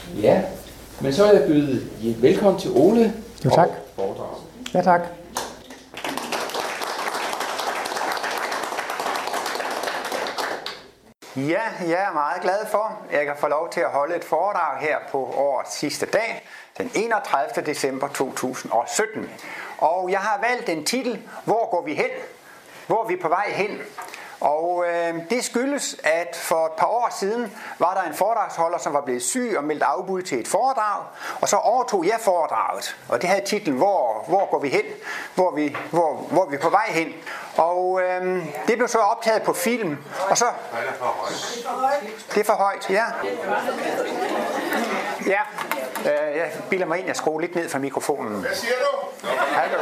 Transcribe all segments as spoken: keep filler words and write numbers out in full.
Ja, men så vil jeg byde velkommen til Ole. Jo, tak. Foredrag. Ja, tak. Ja, jeg er meget glad for, at jeg kan få lov til at holde et foredrag her på årets sidste dag, den enogtredivte december to tusind og sytten. Og jeg har valgt en titel, Hvor går vi hen? Hvor er vi på vej hen? Og øh, det skyldes, at for et par år siden var der en foredragsholder, som var blevet syg og meldt afbud til et foredrag. Og så overtog jeg foredraget, og det havde titlen, Hvor, hvor går vi hen? Hvor er vi, hvor, hvor er vi på vej hen? Og øh, det blev så optaget på film. Og så... Det er for højt, ja. Ja, øh, jeg bilder mig ind, jeg skruer lidt ned fra mikrofonen. Hvad siger du? Hallo.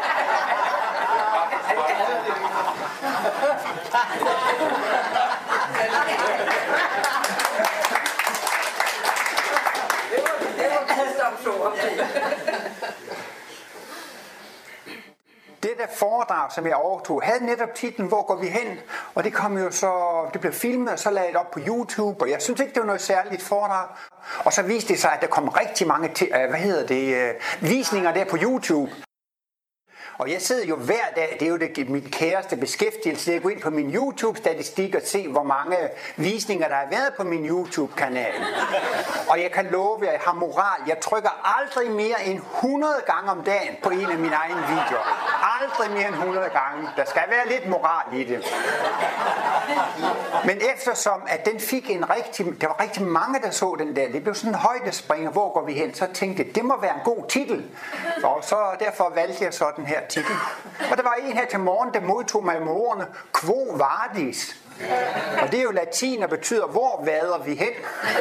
Det der foredrag, som jeg overtog, havde netop titlen, Hvor går vi hen? Og det kom jo så, det blev filmet og så lagt op på YouTube, og jeg synes ikke, det var noget særligt foredrag. Og så viste det sig, at der kom rigtig mange til, hvad hedder det, visninger der på YouTube. Og jeg sidder jo hver dag, det er jo det, min kæreste beskæftigelse, jeg går ind på min YouTube-statistik og se, hvor mange visninger der har været på min YouTube-kanal. Og jeg kan love, at jeg har moral. Jeg trykker aldrig mere end hundrede gange om dagen på en af mine egne videoer. Aldrig mere end hundrede gange. Der skal være lidt moral i det. Men eftersom at den fik en rigtig, der var rigtig mange, der så den der, det blev sådan en højdespringer, hvor går vi hen, så tænkte jeg, det må være en god titel. Og så derfor valgte jeg så den her titel. Og der var en her til morgen, der modtog mig med ordene Quo vadis. Og det er jo latin og betyder, hvor vader vi hen?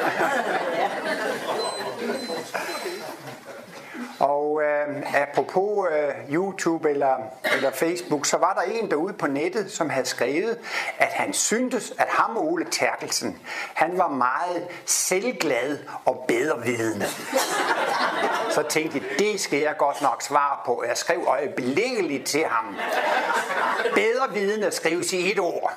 Og øh, apropos øh, YouTube eller, eller Facebook, så var der en derude på nettet, som havde skrevet, at han syntes, at ham og Ole Terkelsen, han var meget selvglad og bedrevidende. Så tænkte jeg, det skal jeg godt nok svare på. Jeg skrev øjeblikkeligt til ham. Bedrevidende skrives i et ord.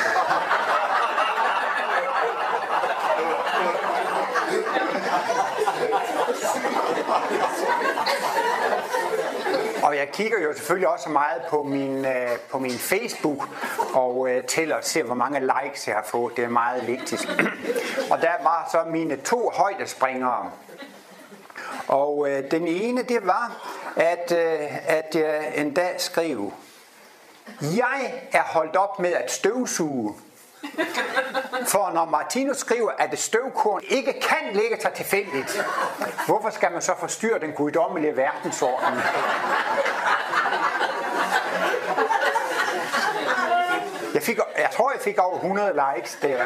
Og jeg kigger jo selvfølgelig også meget på min, øh, på min Facebook og øh, tæller og ser, hvor mange likes jeg har fået. Det er meget vigtigt. Og der var så mine to højdespringere. Og øh, den ene, det var, at, øh, at jeg en dag skrev, jeg er holdt op med at støvsuge. For når Martinus skriver, at et støvkorn ikke kan lægge sig tilfældigt, hvorfor skal man så forstyrre den guddommelige verdensorden? Jeg, fik, jeg tror, jeg fik over hundrede likes der.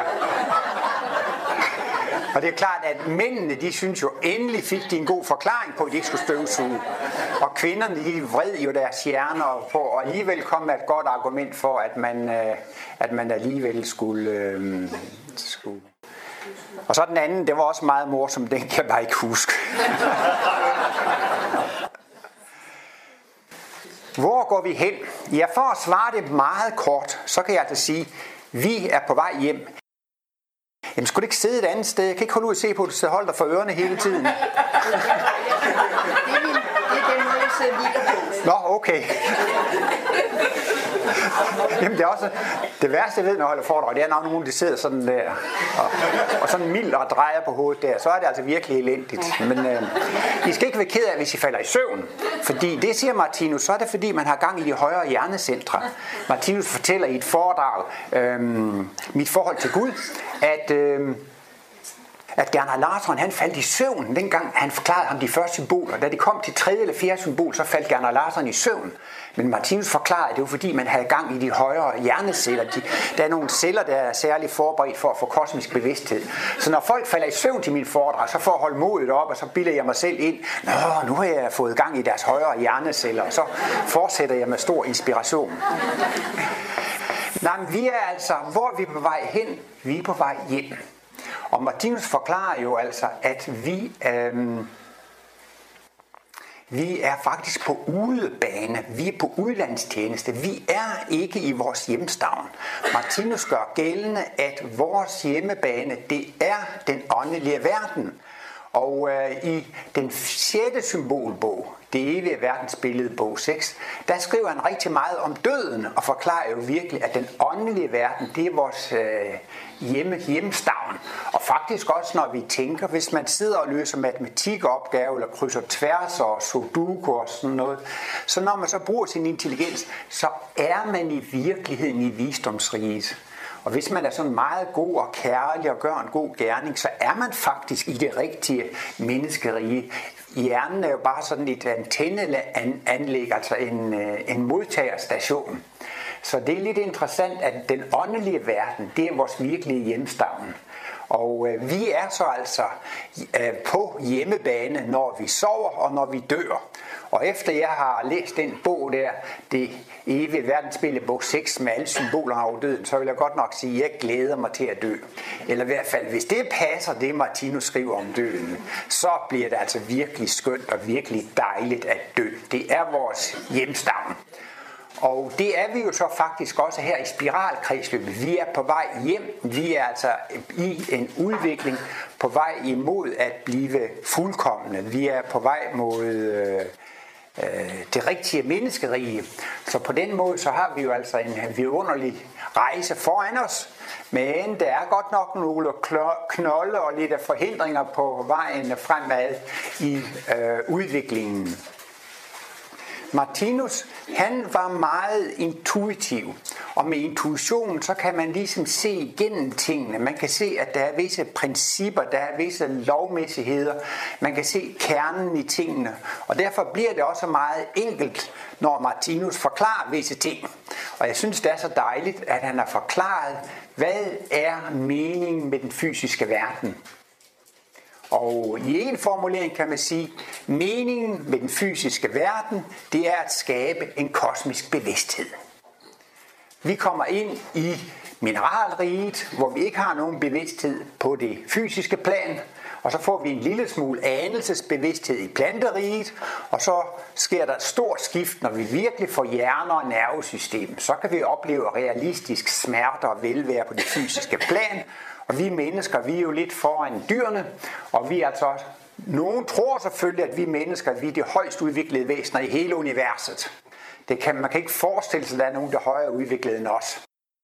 Og det er klart, at mændene, de synes jo, endelig fik de en god forklaring på, at de ikke skulle støvsuge. Og kvinderne, de vred jo deres hjerner på, og alligevel kom med et godt argument for, at man, at man alligevel skulle, øh, skulle. Og så den anden, det var også meget morsom, den kan jeg bare ikke huske. Hvor går vi hen? Ja, for at svare det meget kort, så kan jeg altså sige, vi er på vej hjem. Jamen, skulle du ikke sidde et andet sted? Jeg kan ikke holde ud og se på, at du holder dig for ørerne hele tiden. Det er, min, det er den måde, jeg sidder lige på. Nå, okay. Jamen, det er også det værste, jeg ved, når jeg holder foredrag, det er, når nogen, der sidder sådan der, og, og sådan mildt og drejer på hovedet der, så er det altså virkelig elendigt. Men øh, I skal ikke være ked af, hvis I falder i søvn. Fordi det, siger Martinus, så er det fordi, man har gang i de højere hjernecentre. Martinus fortæller i et foredrag, øh, mit forhold til Gud, at... Øh, at Gerhard Larsson, han faldt i søvn, dengang han forklarede ham de første symboler. Da det kom til tredje eller fjerde symbol, så faldt Gerhard Larsson i søvn. Men Martinus forklarede, at det var fordi, man havde gang i de højere hjerneceller. De, der er nogle celler, der er særligt forberedt for at få kosmisk bevidsthed. Så når folk falder i søvn til min foredrag, så for at holde modet op, og så bilder jeg mig selv ind, nå, nu har jeg fået gang i deres højere hjerneceller, og så fortsætter jeg med stor inspiration. Nej, men vi er altså, hvor er vi på vej hen? Vi er på vej hjem. Og Martinus forklarer jo altså, at vi, øh, vi er faktisk på udebane, vi er på udlandstjeneste, vi er ikke i vores hjemstavn. Martinus gør gældende, at vores hjemmebane, det er den åndelige verden. Og øh, i den sjette symbolbog, Det evige verdensbillede, bog seks, der skriver han rigtig meget om døden og forklarer jo virkelig, at den åndelige verden, det er vores øh, hjemme, hjemstavn. Og faktisk også, når vi tænker, hvis man sidder og løser matematikopgaver, eller krydser tværs og sudoku og sådan noget, så når man så bruger sin intelligens, så er man i virkeligheden i visdomsriget. Og hvis man er sådan meget god og kærlig og gør en god gerning, så er man faktisk i det rigtige menneskerige. Hjernen er jo bare sådan et antenneanlæg, altså en, en modtagerstation. Så det er lidt interessant, at den åndelige verden, det er vores virkelige hjemstavn. Og øh, vi er så altså øh, på hjemmebane, når vi sover og når vi dør. Og efter jeg har læst den bog der, Det evige verdensbillede, bog seks med alle symbolerne over døden, så vil jeg godt nok sige, at jeg glæder mig til at dø. Eller i hvert fald, hvis det passer, det Martinus skriver om døden, så bliver det altså virkelig skønt og virkelig dejligt at dø. Det er vores hjemstavn. Og det er vi jo så faktisk også her i spiralkredsløbet. Vi er på vej hjem. Vi er altså i en udvikling på vej imod at blive fuldkomne. Vi er på vej mod øh, øh, det rigtige menneskerige. Så på den måde så har vi jo altså en vidunderlig rejse foran os. Men der er godt nok nogle knolde og lidt af forhindringer på vejen fremad i øh, udviklingen. Martinus, han var meget intuitiv, og med intuition, så kan man ligesom se igennem tingene. Man kan se, at der er visse principper, der er visse lovmæssigheder. Man kan se kernen i tingene, og derfor bliver det også meget enkelt, når Martinus forklarer visse ting. Og jeg synes, det er så dejligt, at han har forklaret, hvad er meningen med den fysiske verden. Og i en formulering kan man sige, at meningen med den fysiske verden, det er at skabe en kosmisk bevidsthed. Vi kommer ind i mineralriget, hvor vi ikke har nogen bevidsthed på det fysiske plan, og så får vi en lille smule anelsesbevidsthed i planteriget, og så sker der et stort skift, når vi virkelig får hjerner og nervesystem. Så kan vi opleve realistisk smerte og velvære på det fysiske plan. Og vi mennesker, vi er jo lidt foran dyrene, og vi er altså, nogen tror selvfølgelig, at vi mennesker, vi er de højst udviklede væsener i hele universet. Det kan, man kan ikke forestille sig, at der er nogen, der er højere udviklet end os.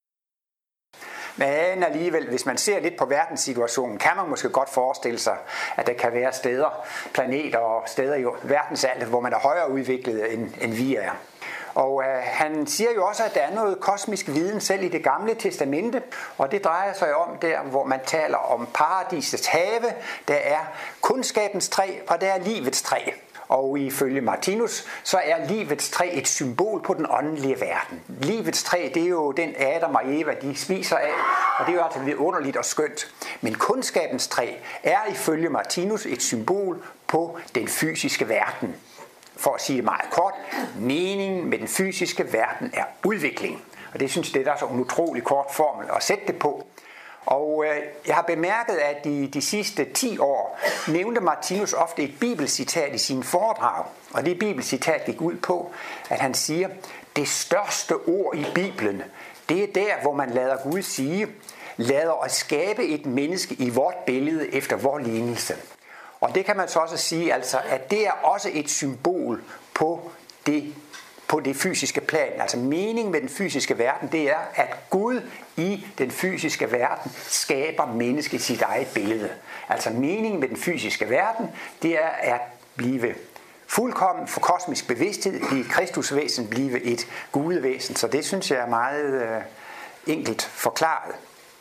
Men alligevel, hvis man ser lidt på verdenssituationen, kan man måske godt forestille sig, at der kan være steder, planeter og steder i verdensaltet, hvor man er højere udviklet, end, end vi er. Og øh, han siger jo også, at der er noget kosmisk viden selv i det gamle testamente, og det drejer sig om der, hvor man taler om paradisets have, der er kundskabens træ, og der er livets træ. Og ifølge Martinus, så er livets træ et symbol på den åndelige verden. Livets træ, det er jo den Adam og Eva, de spiser af, og det er jo altså vidunderligt og skønt. Men kundskabens træ er ifølge Martinus et symbol på den fysiske verden. For at sige det meget kort, meningen med den fysiske verden er udvikling. Og det synes jeg, det er så en utrolig kort formel at sætte det på. Og øh, jeg har bemærket, at i de sidste ti år nævnte Martinus ofte et bibelcitat i sine foredrag. Og det bibelcitat gik ud på, at han siger, det største ord i Bibelen, det er der, hvor man lader Gud sige, lader os skabe et menneske i vort billede efter vor lignelse. Og det kan man så også sige, altså, at det er også et symbol på det, på det fysiske plan. Altså meningen med den fysiske verden, det er, at Gud i den fysiske verden skaber mennesket i sit eget billede. Altså meningen med den fysiske verden, det er at blive fuldkommen for kosmisk bevidsthed, blive et kristusvæsen, blive et gudevæsen. Så det synes jeg er meget øh, enkelt forklaret.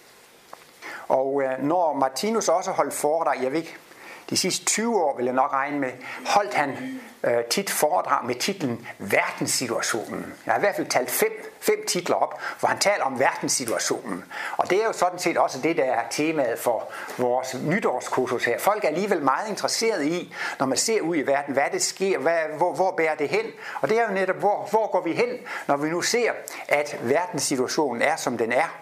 Og øh, når Martinus også holdt foredrag, jeg ved ikke, de sidste tyve år, vil jeg nok regne med, holdt han øh, tit foredrag med titlen Verdenssituationen. Jeg har i hvert fald talt fem, fem titler op, hvor han taler om verdenssituationen. Og det er jo sådan set også det, der er temaet for vores nytårskursus her. Folk er alligevel meget interesserede i, når man ser ud i verden, hvad det sker, hvad, hvor, hvor bærer det hen. Og det er jo netop, hvor, hvor går vi hen, når vi nu ser, at verdenssituationen er, som den er.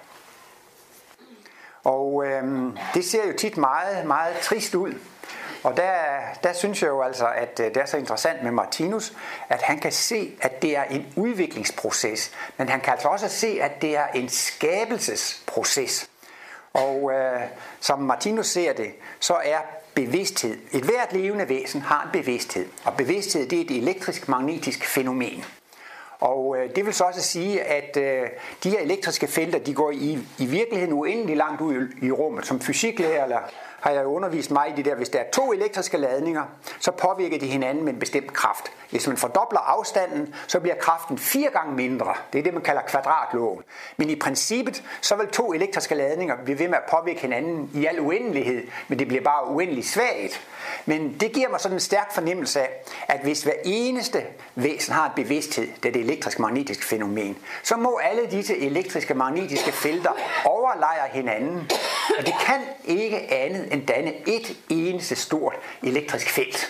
Og øhm, det ser jo tit meget, meget trist ud. Og der, der synes jeg jo altså, at det er så interessant med Martinus, at han kan se, at det er en udviklingsproces, men han kan altså også se, at det er en skabelsesproces. Og øh, som Martinus ser det, så er bevidsthed. Et hvert levende væsen har en bevidsthed, og bevidsthed det er et elektrisk-magnetisk fænomen. Og øh, det vil så også sige, at øh, de her elektriske felter, de går i, i virkeligheden uendelig langt ud i, i rummet. Som fysiklærer eller, har jeg undervist mig i det der, hvis der er to elektriske ladninger, så påvirker de hinanden med en bestemt kraft. Hvis man fordobler afstanden, så bliver kraften fire gange mindre. Det er det, man kalder kvadratloven. Men i princippet, så vil to elektriske ladninger blive ved med at påvirke hinanden i al uendelighed, men det bliver bare uendeligt svagt. Men det giver mig sådan en stærk fornemmelse af, at hvis hver eneste væsen har en bevidsthed, det er det elektrisk-magnetiske fænomen, så må alle disse elektriske magnetiske felter overlejre hinanden. Og det kan ikke andet end danne et eneste stort elektrisk felt.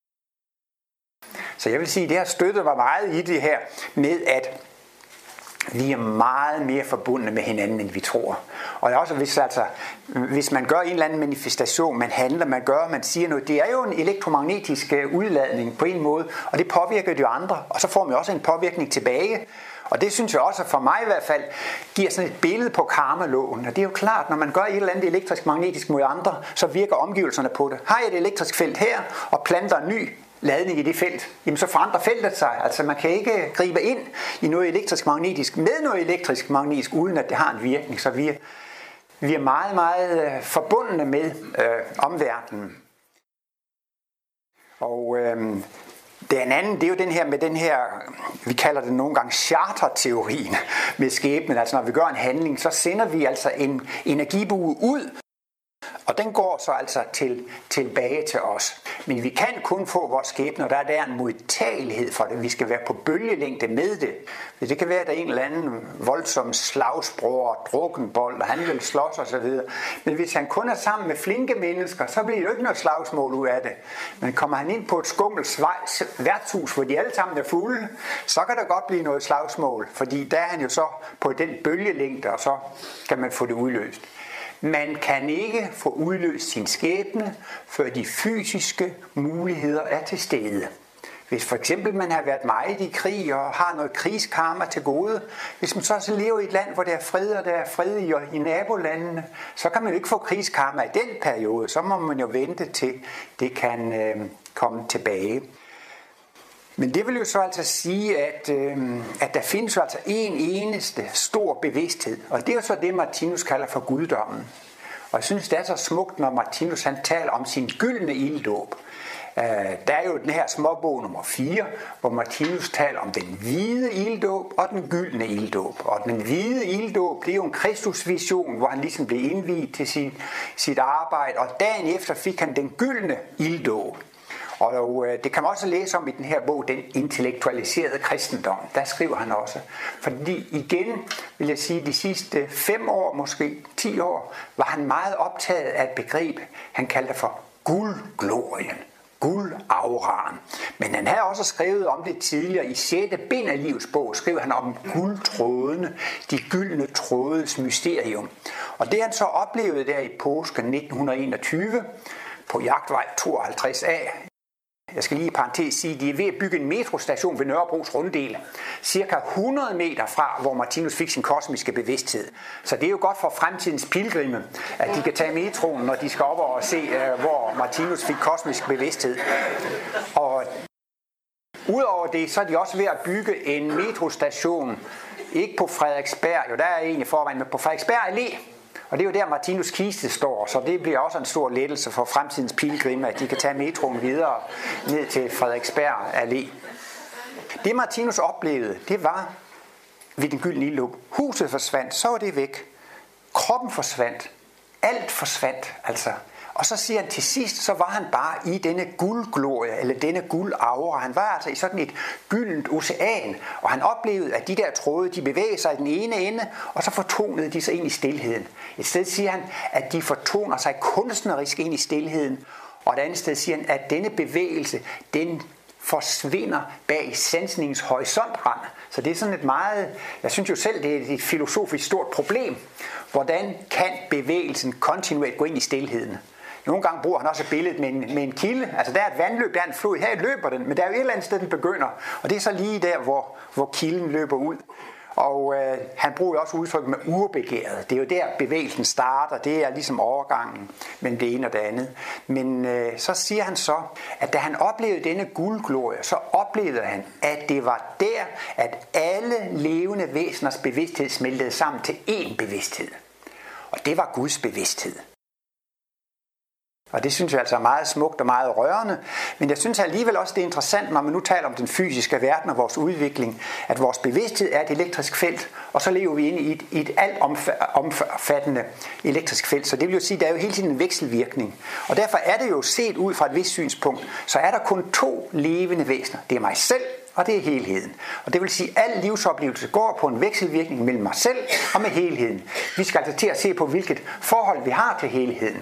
Så jeg vil sige, at det har støttet mig meget i det her med, at vi er meget mere forbundne med hinanden, end vi tror. Og også hvis, altså, hvis man gør en eller anden manifestation, man handler, man gør, man siger noget, det er jo en elektromagnetisk udladning på en måde, og det påvirker de andre, og så får man også en påvirkning tilbage. Og det synes jeg også, for mig i hvert fald, giver sådan et billede på karmaloven. Og det er jo klart, når man gør et eller andet elektrisk-magnetisk mod andre, så virker omgivelserne på det. Har jeg et elektrisk felt her, og planter en ny ladning i det felt, jamen så forandrer feltet sig. Altså man kan ikke gribe ind i noget elektrisk-magnetisk med noget elektrisk-magnetisk, uden at det har en virkning. Så vi er, vi er meget, meget forbundne med øh, omverdenen. Og øh, den anden, det er jo den her med den her, vi kalder det nogle gange charterteorien med skæbnen. Altså når vi gør en handling, så sender vi altså en energibue ud, og den går så altså til, tilbage til os. Men vi kan kun få vores skæbne, og der er der en modtagelighed for det. Vi skal være på bølgelængde med det. Det kan være, at der er en eller anden voldsom slagsbror, drukkenbold, og han vil slås osv. Men hvis han kun er sammen med flinke mennesker, så bliver det jo ikke noget slagsmål ud af det. Men kommer han ind på et skummelt værtshus, hvor de alle sammen er fulde, så kan der godt blive noget slagsmål. Fordi der er han jo så på den bølgelængde, og så kan man få det udløst. Man kan ikke få udløst sin skæbne, før de fysiske muligheder er til stede. Hvis for eksempel man har været meget i krig og har noget krigskarma til gode, hvis man så også lever i et land, hvor der er fred, og der er fred i, i nabolandene, så kan man jo ikke få krigskarma i den periode. Så må man jo vente til det kan øh, komme tilbage. Men det vil jo så altså sige, at, øh, at der findes jo altså en eneste stor bevidsthed, og det er jo så det, Martinus kalder for guddommen. Og jeg synes, det er så smukt, når Martinus han taler om sin gyldne ilddåb. Uh, der er jo den her småbog nummer fire, hvor Martinus taler om den hvide ilddåb og den gyldne ilddåb. Og den hvide ilddåb, det er jo en Kristusvision, hvor han ligesom blev indviet til sin, sit arbejde, og dagen efter fik han den gyldne ilddåb. Og øh, det kan man også læse om i den her bog, Den intellektualiserede kristendom. Der skriver han også. Fordi igen, vil jeg sige, de sidste fem år, måske ti år, var han meget optaget af et begreb, han kaldte for guldglorien. Guldauraen. Men han havde også skrevet om det tidligere. I sjette bind af Livs bog skrev han om guldtrådene, de gyldne trådes mysterium. Og det han så oplevede der i påsken nitten enogtyve på Jagtvej tooghalvtreds A. Jeg skal lige i parentes sige, at de er ved at bygge en metrostation ved Nørrebros Runddel, cirka hundrede meter fra, hvor Martinus fik sin kosmiske bevidsthed. Så det er jo godt for fremtidens pilgrimme, at de kan tage metroen, når de skal op og se, hvor Martinus fik kosmisk bevidsthed. Og udover det, så er de også ved at bygge en metrostation, ikke på Frederiksberg, jo der er en i forvejen, men på Frederiksberg Allé. Og det er jo der Martinus kiste står, så det bliver også en stor lettelse for fremtidens pilgrimme, at de kan tage metroen videre ned til Frederiksberg Allé. Det Martinus oplevede, det var ved den gyldne ilddåb. Huset forsvandt, så var det væk. Kroppen forsvandt. Alt forsvandt, altså. Og så siger han, til sidst, så var han bare i denne guldglorie, eller denne guldaura. Han var altså i sådan et gyldent ocean, og han oplevede, at de der tråde, de bevægede sig i den ene ende, og så fortonede de sig ind i stilheden. Et sted siger han, at de fortoner sig kunstnerisk ind i stilheden, og et andet sted siger han, at denne bevægelse, den forsvinder bag sansningens horisontrand. Så det er sådan et meget, jeg synes jo selv, det er et filosofisk stort problem. Hvordan kan bevægelsen kontinuerligt gå ind i stilheden? Nogle gange bruger han også et billede med en, med en kilde. Altså der er et vandløb, der er en flod. Her løber den, men der er jo et eller andet sted, den begynder. Og det er så lige der, hvor, hvor kilden løber ud. Og øh, han bruger jo også udtryk med urbegæret. Det er jo der bevægelsen starter, det er ligesom overgangen mellem det ene og det andet. Men øh, så siger han så, at da han oplevede denne guldglorie, så oplevede han, at det var der, at alle levende væseners bevidsthed smeltede sammen til én bevidsthed. Og det var Guds bevidsthed. Og det synes jeg altså er meget smukt og meget rørende, men jeg synes alligevel også, det er interessant, når man nu taler om den fysiske verden og vores udvikling, at vores bevidsthed er et elektrisk felt, og så lever vi inde i et, i et alt omfattende elektrisk felt. Så det vil jo sige, at der er jo hele tiden en vekselvirkning. Og derfor er det jo set ud fra et vist synspunkt, så er der kun to levende væsener. Det er mig selv, og det er helheden. Og det vil sige, at al livsoplevelse går på en vekselvirkning mellem mig selv og med helheden. Vi skal altså til at se på, hvilket forhold vi har til helheden.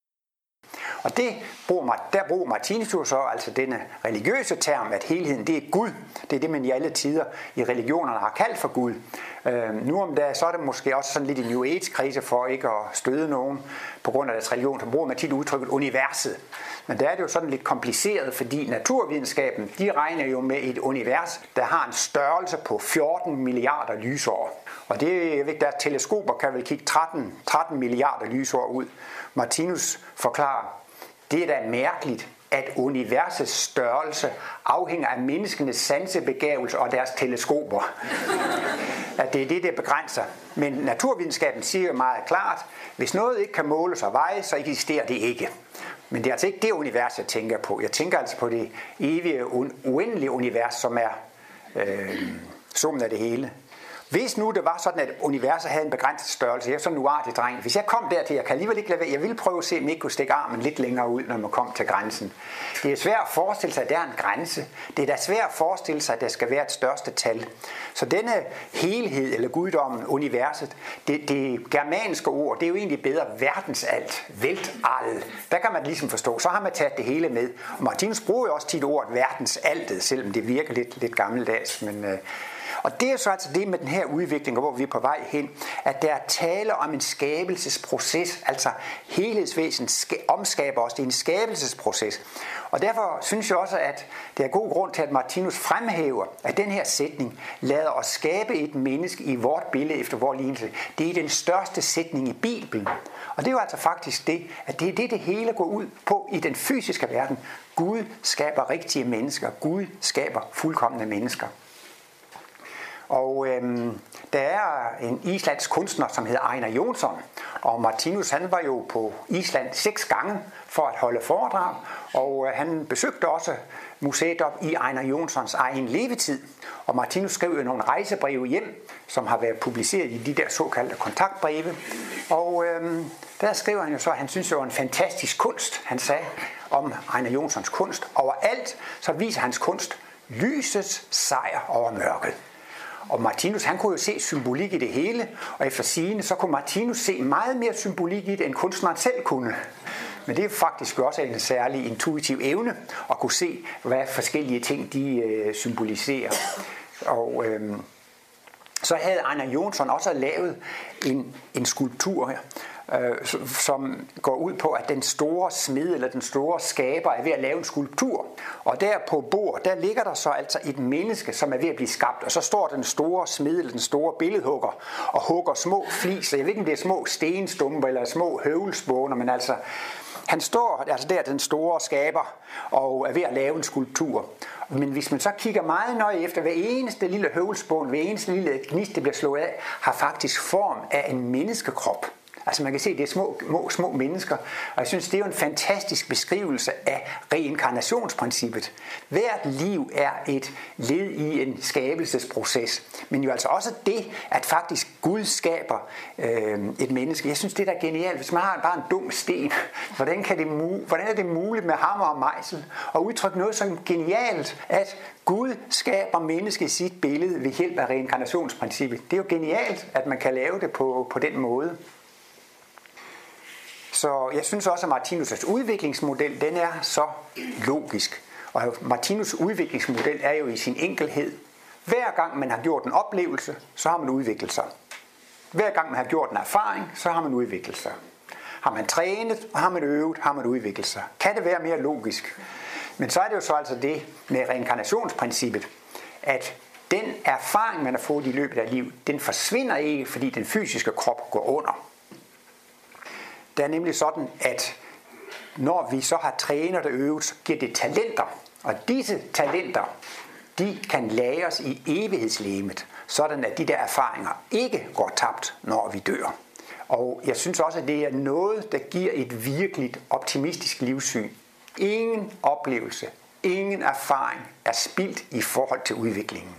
Og det bruger, der bruger Martinus så altså denne religiøse term, at helheden det er Gud. Det er det, man i alle tider i religionerne har kaldt for Gud. Øh, nu om dagen, så er det måske også sådan lidt en New Age-krise for ikke at støde nogen på grund af deres religion, så bruger man tit udtrykket universet. Men der er det jo sådan lidt kompliceret, fordi naturvidenskaben, de regner jo med et univers, der har en størrelse på fjorten milliarder lysår. Og det, jeg ved, der teleskoper kan vel kigge tretten, tretten milliarder lysår ud. Martinus forklarer, det er da mærkeligt, at universets størrelse afhænger af menneskenes sansebegævelse og deres teleskoper. At det er det, der begrænser. Men naturvidenskaben siger jo meget klart, hvis noget ikke kan måles og vejes, så eksisterer det ikke. Men det er altså ikke det univers, jeg tænker på. Jeg tænker altså på det evige, uendelige univers, som er øh, summen af det hele. Hvis nu det var sådan, at universet havde en begrænset størrelse, jeg er sådan en uartig dreng. Hvis jeg kom dertil, jeg kan alligevel ikke lade være, jeg ville prøve at se, om jeg ikke kunne stikke armen lidt længere ud, når man kom til grænsen. Det er svært at forestille sig, at der er en grænse. Det er da svært at forestille sig, at der skal være et største tal. Så denne helhed, eller guddommen, universet, det, det germanske ord, det er jo egentlig bedre verdensalt, weltall. Der kan man ligesom forstå, så har man taget det hele med. Og Martinus bruger jo også tit ordet verdensaltet, selvom det virker lidt, lidt gammeldags, men... Øh, Og det er så altså det med den her udvikling, hvor vi er på vej hen, at der er tale om en skabelsesproces, altså helhedsvæsen omskaber os, det er en skabelsesproces. Og derfor synes jeg også, at det er god grund til, at Martinus fremhæver, at den her sætning lader os skabe et menneske i vort billede efter vor lignelse. Det er den største sætning i Bibelen. Og det er jo altså faktisk det, at det er det, det hele går ud på i den fysiske verden. Gud skaber rigtige mennesker. Gud skaber fuldkomne mennesker. Og øhm, der er en islandsk kunstner, som hedder Einar Jónsson, og Martinus han var jo på Island seks gange for at holde foredrag, og øh, han besøgte også museet op i Einar Jónssons egen levetid. Og Martinus skrev jo nogle rejsebreve hjem, som har været publiceret i de der såkaldte kontaktbreve. Og øhm, der skriver han jo så, at han synes det var en fantastisk kunst, han sagde om Einar Jónssons kunst. Overalt så viser hans kunst lysets sejr over mørket. Og Martinus han kunne jo se symbolik i det hele, og efter sigende så kunne Martinus se meget mere symbolik i det, end kunstneren selv kunne. Men det er faktisk også en særlig intuitiv evne at kunne se, hvad forskellige ting de øh, symboliserer. Og øh, så havde Einar Jónsson også lavet en, en skulptur her, øh, som går ud på, at den store smed eller den store skaber er ved at lave en skulptur. Og der på bord, der ligger der så altså et menneske, som er ved at blive skabt. Og så står den store smed eller den store billedhugger og hugger små fliser. Jeg ved ikke, om det er små stenstumper eller små høvlspåner, men altså... Han står altså der, den store skaber, og er ved at lave en skulptur. Men hvis man så kigger meget nøje efter, hver eneste lille høvlspån, hver eneste lille gnist, det bliver slået af, har faktisk form af en menneskekrop. Altså man kan se, det er små, små, små mennesker, og jeg synes, det er jo en fantastisk beskrivelse af reinkarnationsprincippet. Hvert liv er et led i en skabelsesproces, men jo altså også det, at faktisk Gud skaber øh, et menneske. Jeg synes, det er da genialt. Hvis man har bare en dum sten, hvordan, kan det mu- hvordan er det muligt med hammer og mejsel at udtrykke noget så genialt, at Gud skaber mennesket i sit billede ved hjælp af reinkarnationsprincippet. Det er jo genialt, at man kan lave det på, på den måde. Så jeg synes også, at Martinus' udviklingsmodel, den er så logisk. Og Martinus' udviklingsmodel er jo i sin enkelhed. Hver gang man har gjort en oplevelse, så har man udviklet sig. Hver gang man har gjort en erfaring, så har man udviklet sig. Har man trænet, har man øvet, har man udviklet sig. Kan det være mere logisk? Men så er det jo så altså det med reinkarnationsprincippet, at den erfaring, man har fået i løbet af livet, den forsvinder ikke, fordi den fysiske krop går under. Det er nemlig sådan, at når vi så har trænet og øvet, så giver det talenter. Og disse talenter, de kan lagres i evighedslegemet, sådan at de der erfaringer ikke går tabt, når vi dør. Og jeg synes også, at det er noget, der giver et virkeligt optimistisk livssyn. Ingen oplevelse, ingen erfaring er spildt i forhold til udviklingen.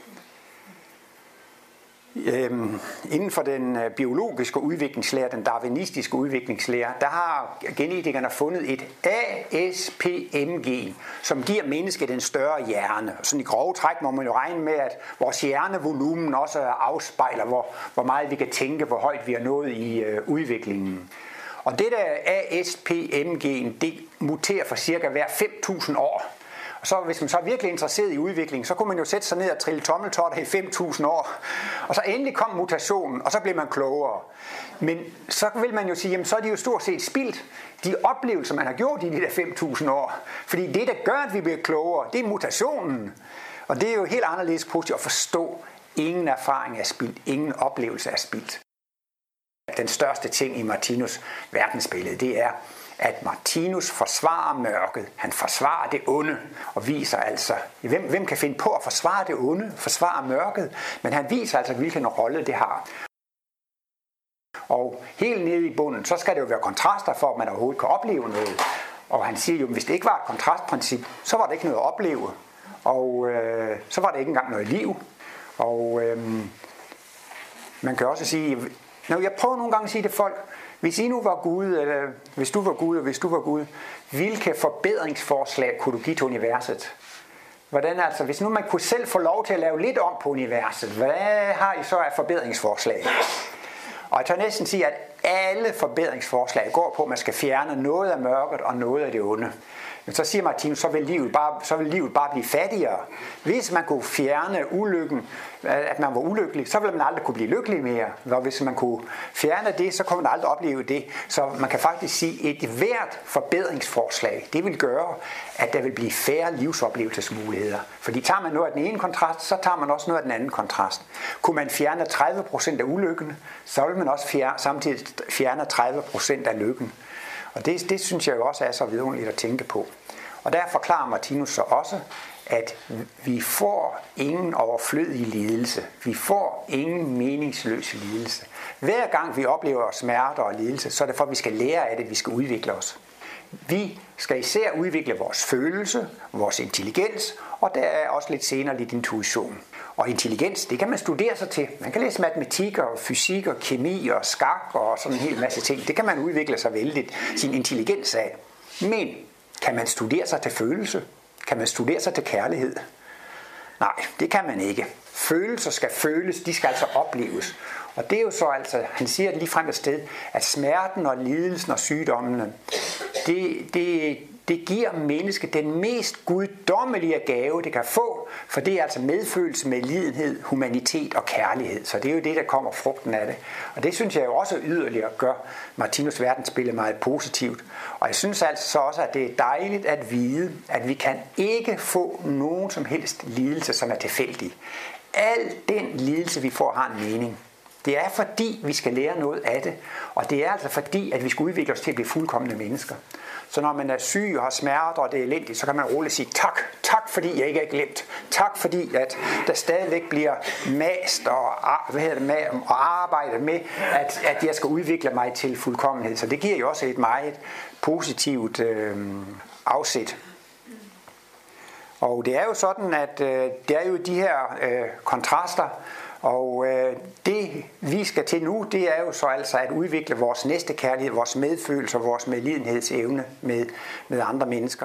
Øhm, inden for den biologiske udviklingslære, den darwinistiske udviklingslære, der har genetikerne fundet et A S P M-gen, som giver mennesket en større hjerne. Sådan i grove træk må man jo regne med, at vores hjernevolumen også afspejler, hvor, hvor meget vi kan tænke, hvor højt vi er nået i øh, udviklingen. Og det der A S P M-gen, det muterer for cirka hver fem tusind år. Og så hvis man så er virkelig interesseret i udvikling, så kunne man jo sætte sig ned og trille tommeltotter i fem tusind år. Og så endelig kom mutationen, og så blev man klogere. Men så vil man jo sige, jamen så er de jo stort set spildt, de oplevelser, man har gjort i de der fem tusind år. Fordi det, der gør, at vi bliver klogere, det er mutationen. Og det er jo helt anderledes positivt at forstå, ingen erfaring er spildt, ingen oplevelse er spildt. Den største ting i Martinus verdensbillede, det er, at Martinus forsvarer mørket. Han forsvarer det onde og viser altså, hvem, hvem kan finde på at forsvare det onde, forsvare mørket, men han viser altså, hvilken rolle det har. Og helt nede i bunden, så skal det jo være kontraster for, at man overhovedet kan opleve noget. Og han siger jo, at hvis det ikke var et kontrastprincip, så var det ikke noget at opleve. Og øh, så var det ikke engang noget liv. Og øh, man kan også sige, når jeg prøver nogle gange at sige til folk, hvis I nu var Gud, eller hvis du var Gud, og hvis du var Gud, hvilke forbedringsforslag kunne du give til universet? Hvordan altså, hvis nu man kunne selv få lov til at lave lidt om på universet, hvad har I så af forbedringsforslag? Og jeg tør næsten sige, at alle forbedringsforslag går på, at man skal fjerne noget af mørket og noget af det onde. Men så siger Martinus, så vil livet bare, så vil livet bare blive fattigere. Hvis man kunne fjerne ulykken, at man var ulykkelig, så ville man aldrig kunne blive lykkelig mere. Og hvis man kunne fjerne det, så kunne man aldrig opleve det. Så man kan faktisk sige, at et hvert forbedringsforslag, det vil gøre, at der vil blive færre livsoplevelsesmuligheder. Fordi tager man noget af den ene kontrast, så tager man også noget af den anden kontrast. Kunne man fjerne tredive procent af ulykken, så vil man også fjerne, samtidig fjerne tredive procent af lykken. Og det, det synes jeg jo også er så vidunderligt at tænke på. Og der forklarer Martinus så også, at vi får ingen overflødig lidelse. Vi får ingen meningsløs lidelse. Hver gang vi oplever smerter og lidelse, så er det for, at vi skal lære af det, vi skal udvikle os. Vi skal især udvikle vores følelse, vores intelligens, og der er også lidt senere lidt intuition. Og intelligens, det kan man studere sig til. Man kan læse matematik og fysik og kemi og skak og sådan en hel masse ting. Det kan man udvikle sig vældigt, sin intelligens af. Men kan man studere sig til følelse? Kan man studere sig til kærlighed? Nej, det kan man ikke. Følelser skal føles, de skal altså opleves. Og det er jo så altså, han siger lige frem et sted, at smerten og lidelsen og sygdommene, det, det, det giver mennesket den mest guddommelige gave, det kan få, for det er altså medfølelse med lidenhed, humanitet og kærlighed. Så det er jo det, der kommer frugten af det. Og det synes jeg jo også yderligere gør Martinus verdensbillede meget positivt. Og jeg synes altså så også, at det er dejligt at vide, at vi kan ikke få nogen som helst lidelse, som er tilfældig. Al den lidelse, vi får, har en mening. Det er fordi, vi skal lære noget af det, og det er altså fordi, at vi skal udvikle os til at blive fuldkomne mennesker. Så når man er syg og har smerter, og det er elendigt, så kan man roligt sige tak. Tak fordi jeg ikke er glemt. Tak fordi, at der stadigvæk bliver mast og, hvad hedder det, med, og arbejdet med, at, at jeg skal udvikle mig til fuldkommenhed. Så det giver jo også et meget positivt øh, afsæt. Og det er jo sådan, at øh, det er jo de her øh, kontraster, og øh, det vi skal til nu, det er jo så altså at udvikle vores næste kærlighed, vores medfølelse og vores medlidenhedsevne med, med andre mennesker.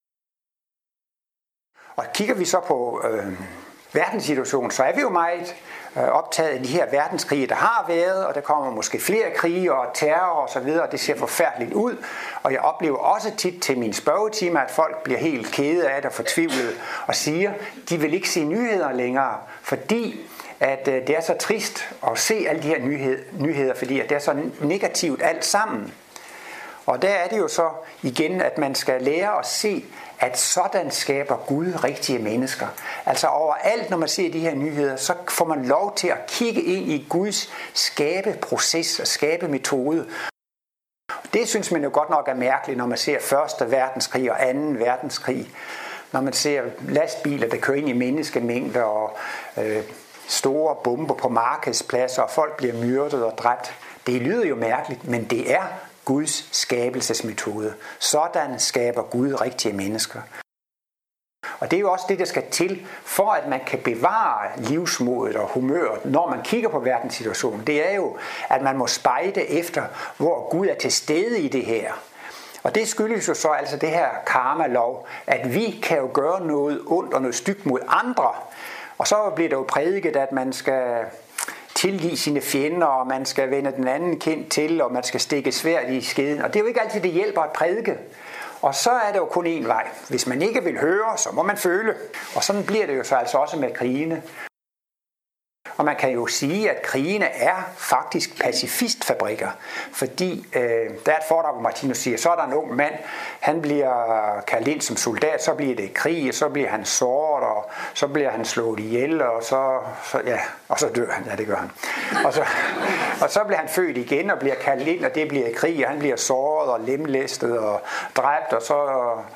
Og kigger vi så på øh, verdenssituationen, så er vi jo meget øh, optaget af de her verdenskrige, der har været, og der kommer måske flere krige og terror og så videre, og det ser forfærdeligt ud. Og jeg oplever også tit til mine spørgetimer, at folk bliver helt kede af det og fortvivlede og siger, de vil ikke se nyheder længere, fordi at øh, det er så trist at se alle de her nyhed, nyheder, fordi at det er så negativt alt sammen. Og der er det jo så igen, at man skal lære at se, at sådan skaber Gud rigtige mennesker. Altså overalt, når man ser de her nyheder, så får man lov til at kigge ind i Guds skabeproces og skabemetode. Det synes man jo godt nok er mærkeligt, når man ser første verdenskrig og anden verdenskrig. Når man ser lastbiler, der kører ind i menneskemængder og øh, store bomber på markedspladser, og folk bliver myrdet og dræbt. Det lyder jo mærkeligt, men det er Guds skabelsesmetode. Sådan skaber Gud rigtige mennesker. Og det er jo også det, der skal til, for at man kan bevare livsmodet og humøret, når man kigger på verdenssituationen. Det er jo, at man må spejde efter, hvor Gud er til stede i det her. Og det skyldes jo så altså det her karma-lov, at vi kan jo gøre noget ondt og noget stygt mod andre. Og så bliver det jo prædiket, at man skal tilgive sine fjender, og man skal vende den anden kind til, og man skal stikke svært i skeden. Og det er jo ikke altid, det hjælper at prædike. Og så er det jo kun én vej. Hvis man ikke vil høre, så må man føle. Og sådan bliver det jo så altså også med krigene. Og man kan jo sige, at krigene er faktisk pacifistfabrikker. Fordi øh, der er et foredrag, hvor Martinus siger, så er der en ung mand, han bliver kaldt ind som soldat, så bliver det krig, så bliver han såret, og så bliver han slået ihjel, og så, så, ja, og så dør han. Ja, det gør han. Og så, og så bliver han født igen og bliver kaldt ind, og det bliver krig, og han bliver såret og lemlæstet og dræbt, og så...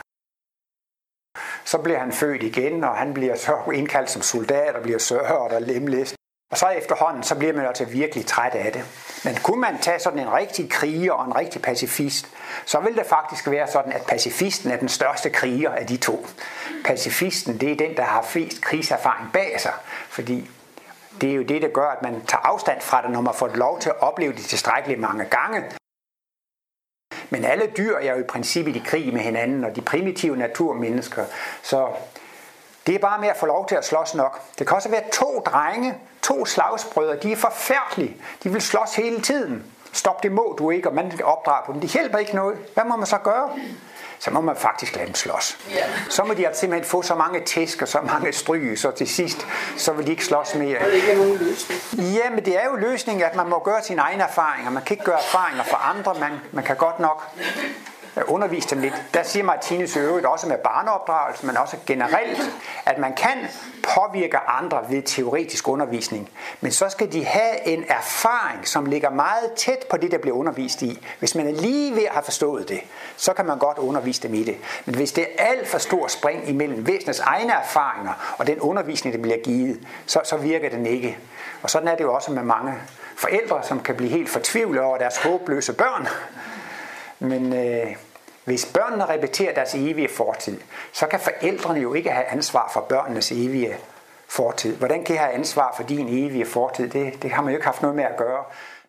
Så bliver han født igen, og han bliver så indkaldt som soldat og bliver sørget og lemlæstet. Og så efterhånden, så bliver man altså virkelig træt af det. Men kunne man tage sådan en rigtig kriger og en rigtig pacifist, så vil det faktisk være sådan, at pacifisten er den største kriger af de to. Pacifisten, det er den, der har flest krigserfaring bag sig, fordi det er jo det, der gør, at man tager afstand fra det, når man får lov til at opleve det tilstrækkeligt mange gange. Men alle dyr er jo i princippet i krig med hinanden, og de primitive naturmennesker. Så det er bare med at få lov til at slås nok. Det kan også være to drenge, to slagsbrødre, de er forfærdelige. De vil slås hele tiden. Stop, det må du ikke, og man skal opdrage på dem. Det hjælper ikke noget. Hvad må man så gøre? Så må man faktisk lade dem slås. Så må de altså simpelthen få så mange tæsk og så mange stryg, så til sidst, så vil de ikke slås mere. Det er ikke nogen løsning. Ja, men det er jo løsningen, at man må gøre sine egne erfaringer. Man kan ikke gøre erfaringer for andre, man, man kan godt nok undervise dem lidt. Der siger Martinus i øvrigt også med barneopdragelse, men også generelt, at man kan påvirke andre ved teoretisk undervisning. Men så skal de have en erfaring, som ligger meget tæt på det, der bliver undervist i. Hvis man er lige ved at have forstået det, så kan man godt undervise dem i det. Men hvis det er alt for stor spring imellem væsenets egne erfaringer og den undervisning, der bliver givet, så, så virker den ikke. Og sådan er det jo også med mange forældre, som kan blive helt fortvivlede over deres håbløse børn. Men øh, hvis børnene repeterer deres evige fortid, så kan forældrene jo ikke have ansvar for børnenes evige fortid. Hvordan kan jeg have ansvar for din evige fortid? Det, det har man jo ikke haft noget med at gøre.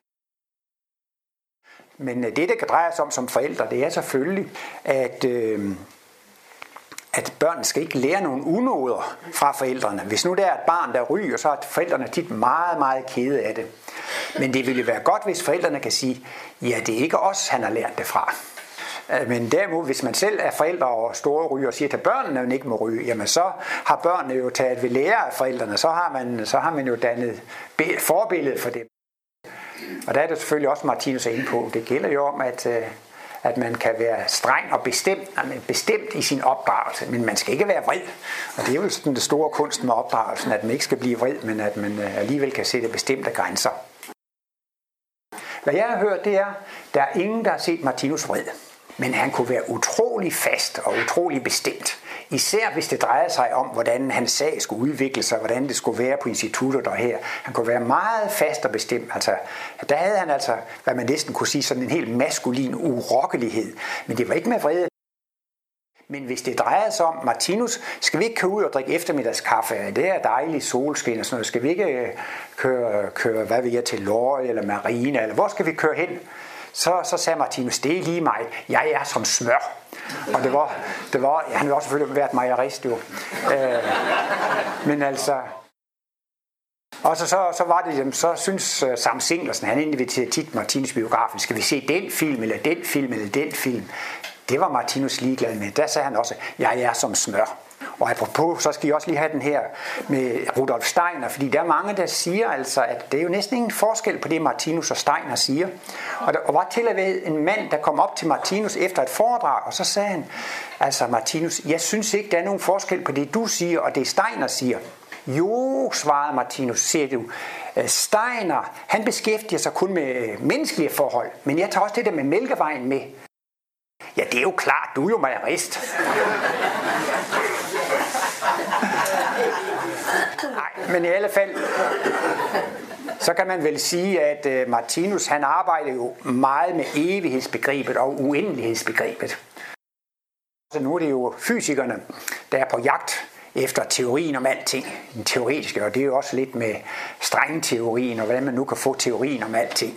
Men det, der kan dreje sig om som forældre, det er selvfølgelig, at, øh, at børnene skal ikke lære nogle unåder fra forældrene. Hvis nu der er et barn, der ryger, så er forældrene tit meget, meget kede af det. Men det ville være godt, hvis forældrene kan sige, ja, det er ikke os, han har lært det fra. Men derimod, hvis man selv er forældre og store ryger og siger til børnene, at man ikke må ryge, jamen så har børnene jo taget ved lære af forældrene, så har man, så har man jo dannet forbillede for dem. Og der er det selvfølgelig også Martinus er inde på. Det gælder jo om, at, at man kan være streng og bestemt, bestemt i sin opdragelse, men man skal ikke være vred. Og det er jo sådan det store kunst med opdragelsen, at man ikke skal blive vred, men at man alligevel kan sætte bestemte grænser. Hvad jeg har hørt, det er, der er ingen, der har set Martinus vred. Men han kunne være utrolig fast og utrolig bestemt. Især hvis det drejede sig om, hvordan hans sag skulle udvikle sig, hvordan det skulle være på instituttet og her. Han kunne være meget fast og bestemt. Altså, der havde han altså, hvad man næsten kunne sige, sådan en helt maskulin urokkelighed. Men det var ikke med vrede. Men hvis det drejer sig om, Martinus, skal vi ikke køre ud og drikke eftermiddagskaffe? Det er dejligt solskin og sådan noget. Skal vi ikke køre, køre hvad ved jeg, til Lorge eller Marina, eller hvor skal vi køre hen? Så, så sagde Martinus, det er lige mig. Jeg er som smør. Og det var, det var ja, han ville også selvfølgelig været majerist jo. Øh, men altså... Og så, så, så var det, så synes uh, Sam Singlersen, han inviterede tit Martinus biografen, skal vi se den film, eller den film, eller den film? Det var Martinus ligeglad med. Der sagde han også, jeg er som smør. Og apropos, så skal I også lige have den her med Rudolf Steiner, fordi der er mange, der siger altså, at det er jo næsten ingen forskel på det, Martinus og Steiner siger. Og der var til at være en mand, der kom op til Martinus efter et foredrag, og så sagde han, altså Martinus, jeg synes ikke, der er nogen forskel på det, du siger, og det Steiner siger. Jo, svarede Martinus, siger du. Steiner, han beskæftiger sig kun med menneskelige forhold, men jeg tager også det der med Mælkevejen med. Ja, det er jo klart, du er jo majerist. Nej, men i alle fald, så kan man vel sige, at Martinus, han arbejder jo meget med evighedsbegrebet og uendelighedsbegrebet. Så nu er det jo fysikerne, der er på jagt efter teorien om alting, den teoretiske, og det er jo også lidt med strengteorien, og hvordan man nu kan få teorien om alting.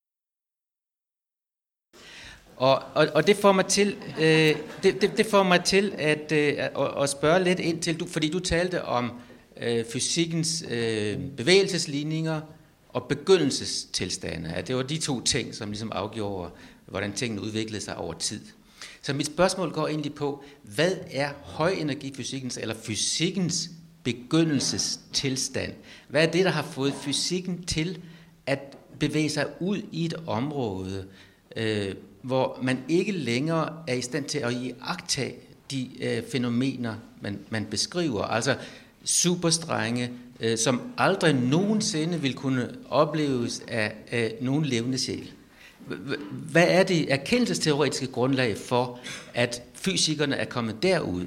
Og, og, og det får mig til, øh, det, det, det får mig til at, øh, at, at spørge lidt ind til, du, fordi du talte om øh, fysikkens øh, bevægelsesligninger og begyndelsestilstande. At det var de to ting, som ligesom afgjorde, hvordan tingene udviklede sig over tid. Så mit spørgsmål går egentlig på, hvad er højenergifysikkens eller fysikkens begyndelsestilstand? Hvad er det, der har fået fysikken til at bevæge sig ud i et område, øh, hvor man ikke længere er i stand til at iagttage de øh, fænomener, man, man beskriver, altså superstrenge, øh, som aldrig nogensinde vil kunne opleves af, af nogen levende sjæl. Hvad er det erkendelsesteoretiske grundlag for, at fysikerne er kommet derud?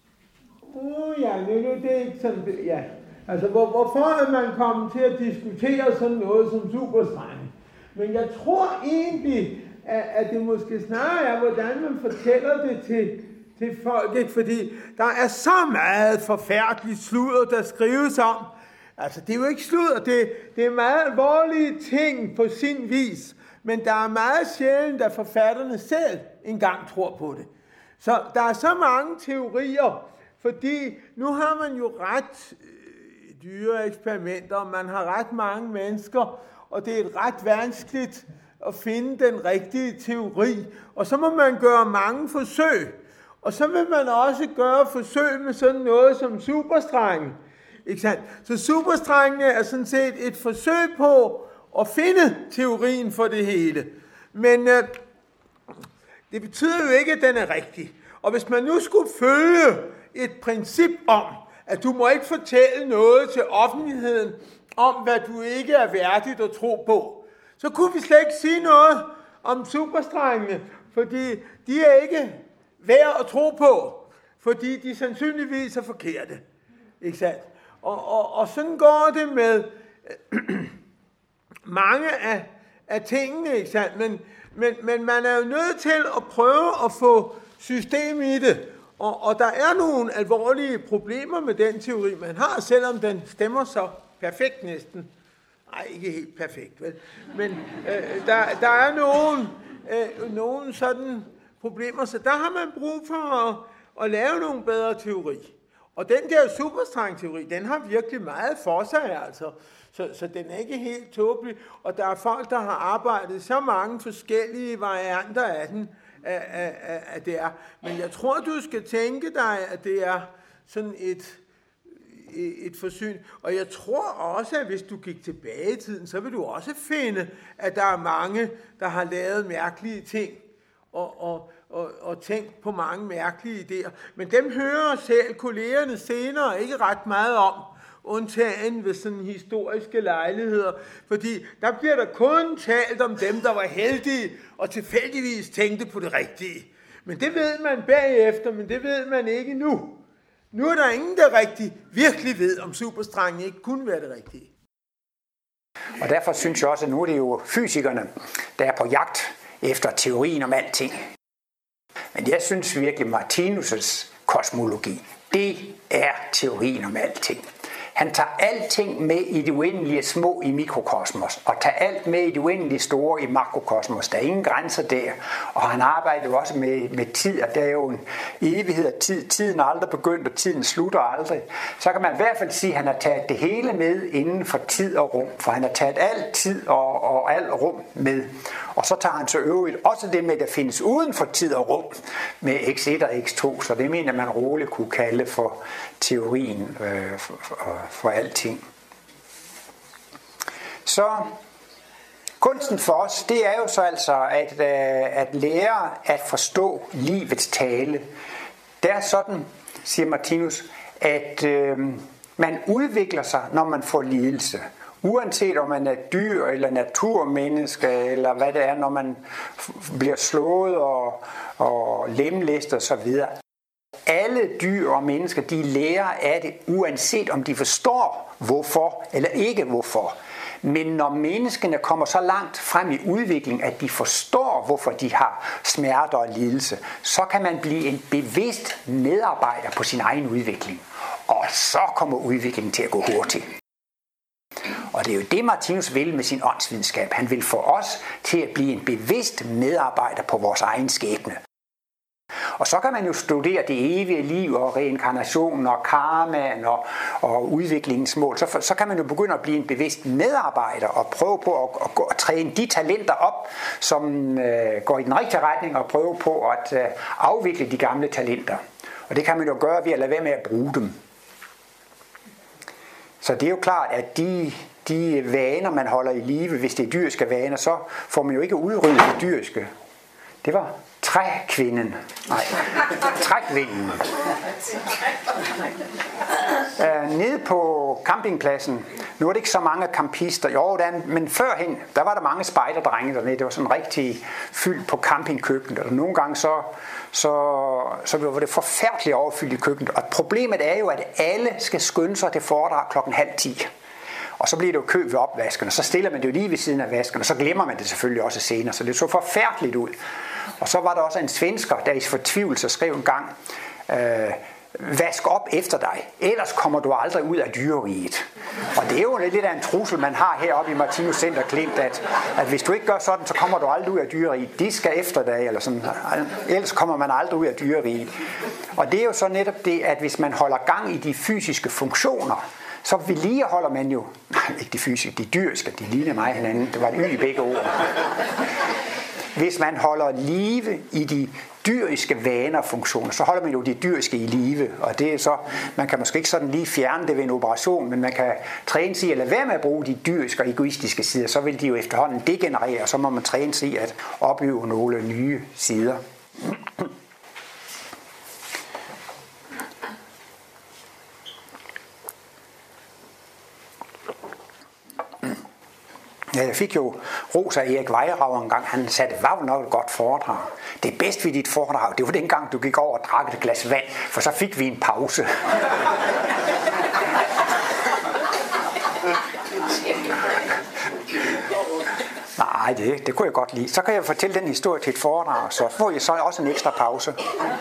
Uh, ja, nu er det ikke sådan, ja. Altså, hvor, hvorfor er man kommet til at diskutere sådan noget som superstrenge? Men jeg tror egentlig, at, at det måske snarere er, hvordan man fortæller det til, til folk, ikke? Fordi der er så meget forfærdeligt sludder, der skrives om. Altså, det er jo ikke sludder, det, det er meget alvorlige ting på sin vis. Men der er meget sjældent, at forfatterne selv engang tror på det. Så der er så mange teorier, fordi nu har man jo ret øh, dyre eksperimenter, og man har ret mange mennesker, og det er ret vanskeligt at finde den rigtige teori. Og så må man gøre mange forsøg. Og så vil man også gøre forsøg med sådan noget som superstrenge. Ikke sandt? Så superstrengene er sådan set et forsøg på at finde teorien for det hele. Men øh, det betyder jo ikke, at den er rigtig. Og hvis man nu skulle følge et princip om, at du må ikke fortælle noget til offentligheden om, hvad du ikke er værdigt at tro på, så kunne vi slet ikke sige noget om superstrengene, fordi de er ikke værd at tro på, fordi de sandsynligvis er forkerte. Ikke sandt? Og, og, og sådan går det med mange af, af tingene, ikke sandt? Men, men, men man er jo nødt til at prøve at få system i det. Og, og der er nogle alvorlige problemer med den teori, man har, selvom den stemmer så perfekt næsten. Nej, ikke helt perfekt, vel? Men øh, der, der er nogle, øh, nogle sådan problemer, så der har man brug for at, at lave nogle bedre teori. Og den der superstrengteori, den har virkelig meget for sig, altså. Så, så den er ikke helt tåbelig, og der er folk, der har arbejdet så mange forskellige varianter af den, af, af, af det er. Men jeg tror, du skal tænke dig, at det er sådan et, et forsyn. Og jeg tror også, at hvis du gik tilbage i tiden, så vil du også finde, at der er mange, der har lavet mærkelige ting, og, og, og, og tænkt på mange mærkelige idéer. Men dem hører selv kollegerne senere ikke ret meget om, undtagen ved sådan historiske lejligheder, fordi der bliver der kun talt om dem, der var heldige og tilfældigvis tænkte på det rigtige. Men det ved man bagefter, men det ved man ikke nu. Nu er der ingen, der rigtig virkelig ved, om superstrengen ikke kunne være det rigtige. Og derfor synes jeg også, at nu er det jo fysikerne, der er på jagt efter teorien om alting. Men jeg synes virkelig, Martinus' kosmologi, det er teorien om alting. Han tager alting med i det uendelige små i mikrokosmos, og tager alt med i det uendelige store i makrokosmos. Der er ingen grænser der, og han arbejder jo også med, med tid, og der er jo en evighed af tid. Tiden er aldrig begyndt, og tiden slutter aldrig. Så kan man i hvert fald sige, at han har taget det hele med inden for tid og rum, for han har taget al tid og, og al rum med. Og så tager han så øvrigt også det med, der findes uden for tid og rum med x et og x to, så det mener man roligt kunne kalde for teorien øh, for, for, for alting. Så kunsten for os, det er jo så altså at, øh, at lære at forstå livets tale. Det er sådan, siger Martinus, at øh, man udvikler sig, når man får lidelse. Uanset om man er dyr eller naturmenneske, eller hvad det er, når man bliver slået og, og lemlæstet og så videre. Alle dyr og mennesker, de lærer af det, uanset om de forstår hvorfor eller ikke hvorfor. Men når menneskene kommer så langt frem i udviklingen, at de forstår, hvorfor de har smerter og lidelse, så kan man blive en bevidst medarbejder på sin egen udvikling. Og så kommer udviklingen til at gå hurtigt. Og det er jo det, Martinus vil med sin åndsvidenskab. Han vil få os til at blive en bevidst medarbejder på vores egen skæbne. Og så kan man jo studere det evige liv og reinkarnationen og karmaen og, og udviklingens mål. Så, så kan man jo begynde at blive en bevidst medarbejder og prøve på at, at, at træne de talenter op, som øh, går i den rigtige retning, og prøve på at øh, afvikle de gamle talenter. Og det kan man jo gøre ved at lade være med at bruge dem. Så det er jo klart, at de, de vaner, man holder i live, hvis det er dyriske vaner, så får man jo ikke udryddet det dyriske. Det var trækvinden. Nej, trækvinden. Uh, nede på campingpladsen, nu er det ikke så mange campister, jo, der, men førhen, der var der mange spejderdrenge dernede. Det var sådan rigtig fyldt på campingkøkkenet, og nogle gange så, så, så var det forfærdeligt overfyldt i køkkenet. Og problemet er jo, at alle skal skynde sig til foredrag klokken halv ti. Og så bliver det jo kø ved opvasken, og så stiller man det jo lige ved siden af vasken, og så glemmer man det selvfølgelig også senere, så det så forfærdeligt ud. Og så var der også en svensker, der i fortvivlelse skrev en gang, øh, vask op efter dig, ellers kommer du aldrig ud af dyreriget. Og det er jo lidt af en trussel, man har heroppe i Martinus Center Klint, at, at hvis du ikke gør sådan, så kommer du aldrig ud af dyreriget. De skal efter dig, eller sådan, ellers kommer man aldrig ud af dyreriget. Og det er jo så netop det, at hvis man holder gang i de fysiske funktioner, så vedligeholder man jo, nej, ikke de fysiske, de dyriske, de ligner mig hinanden, det var et y i begge ord. Hvis man holder live i de dyriske vaner og funktioner, så holder man jo de dyriske i live, og det er så, man kan måske ikke sådan lige fjerne det ved en operation, men man kan træne sig, eller være med at bruge de dyriske og egoistiske sider, så vil de jo efterhånden degenerere, og så må man træne sig at opøve nogle nye sider. Ja, jeg fik jo ros af Erik Weirauer en gang. Han sagde, det var jo nok et godt foredrag. Det bedste ved dit foredrag, det var dengang, du gik over og drak et glas vand, for så fik vi en pause. Nej, det, det kunne jeg godt lide. Så kan jeg fortælle den historie til et foredrag, så får jeg så også en ekstra pause.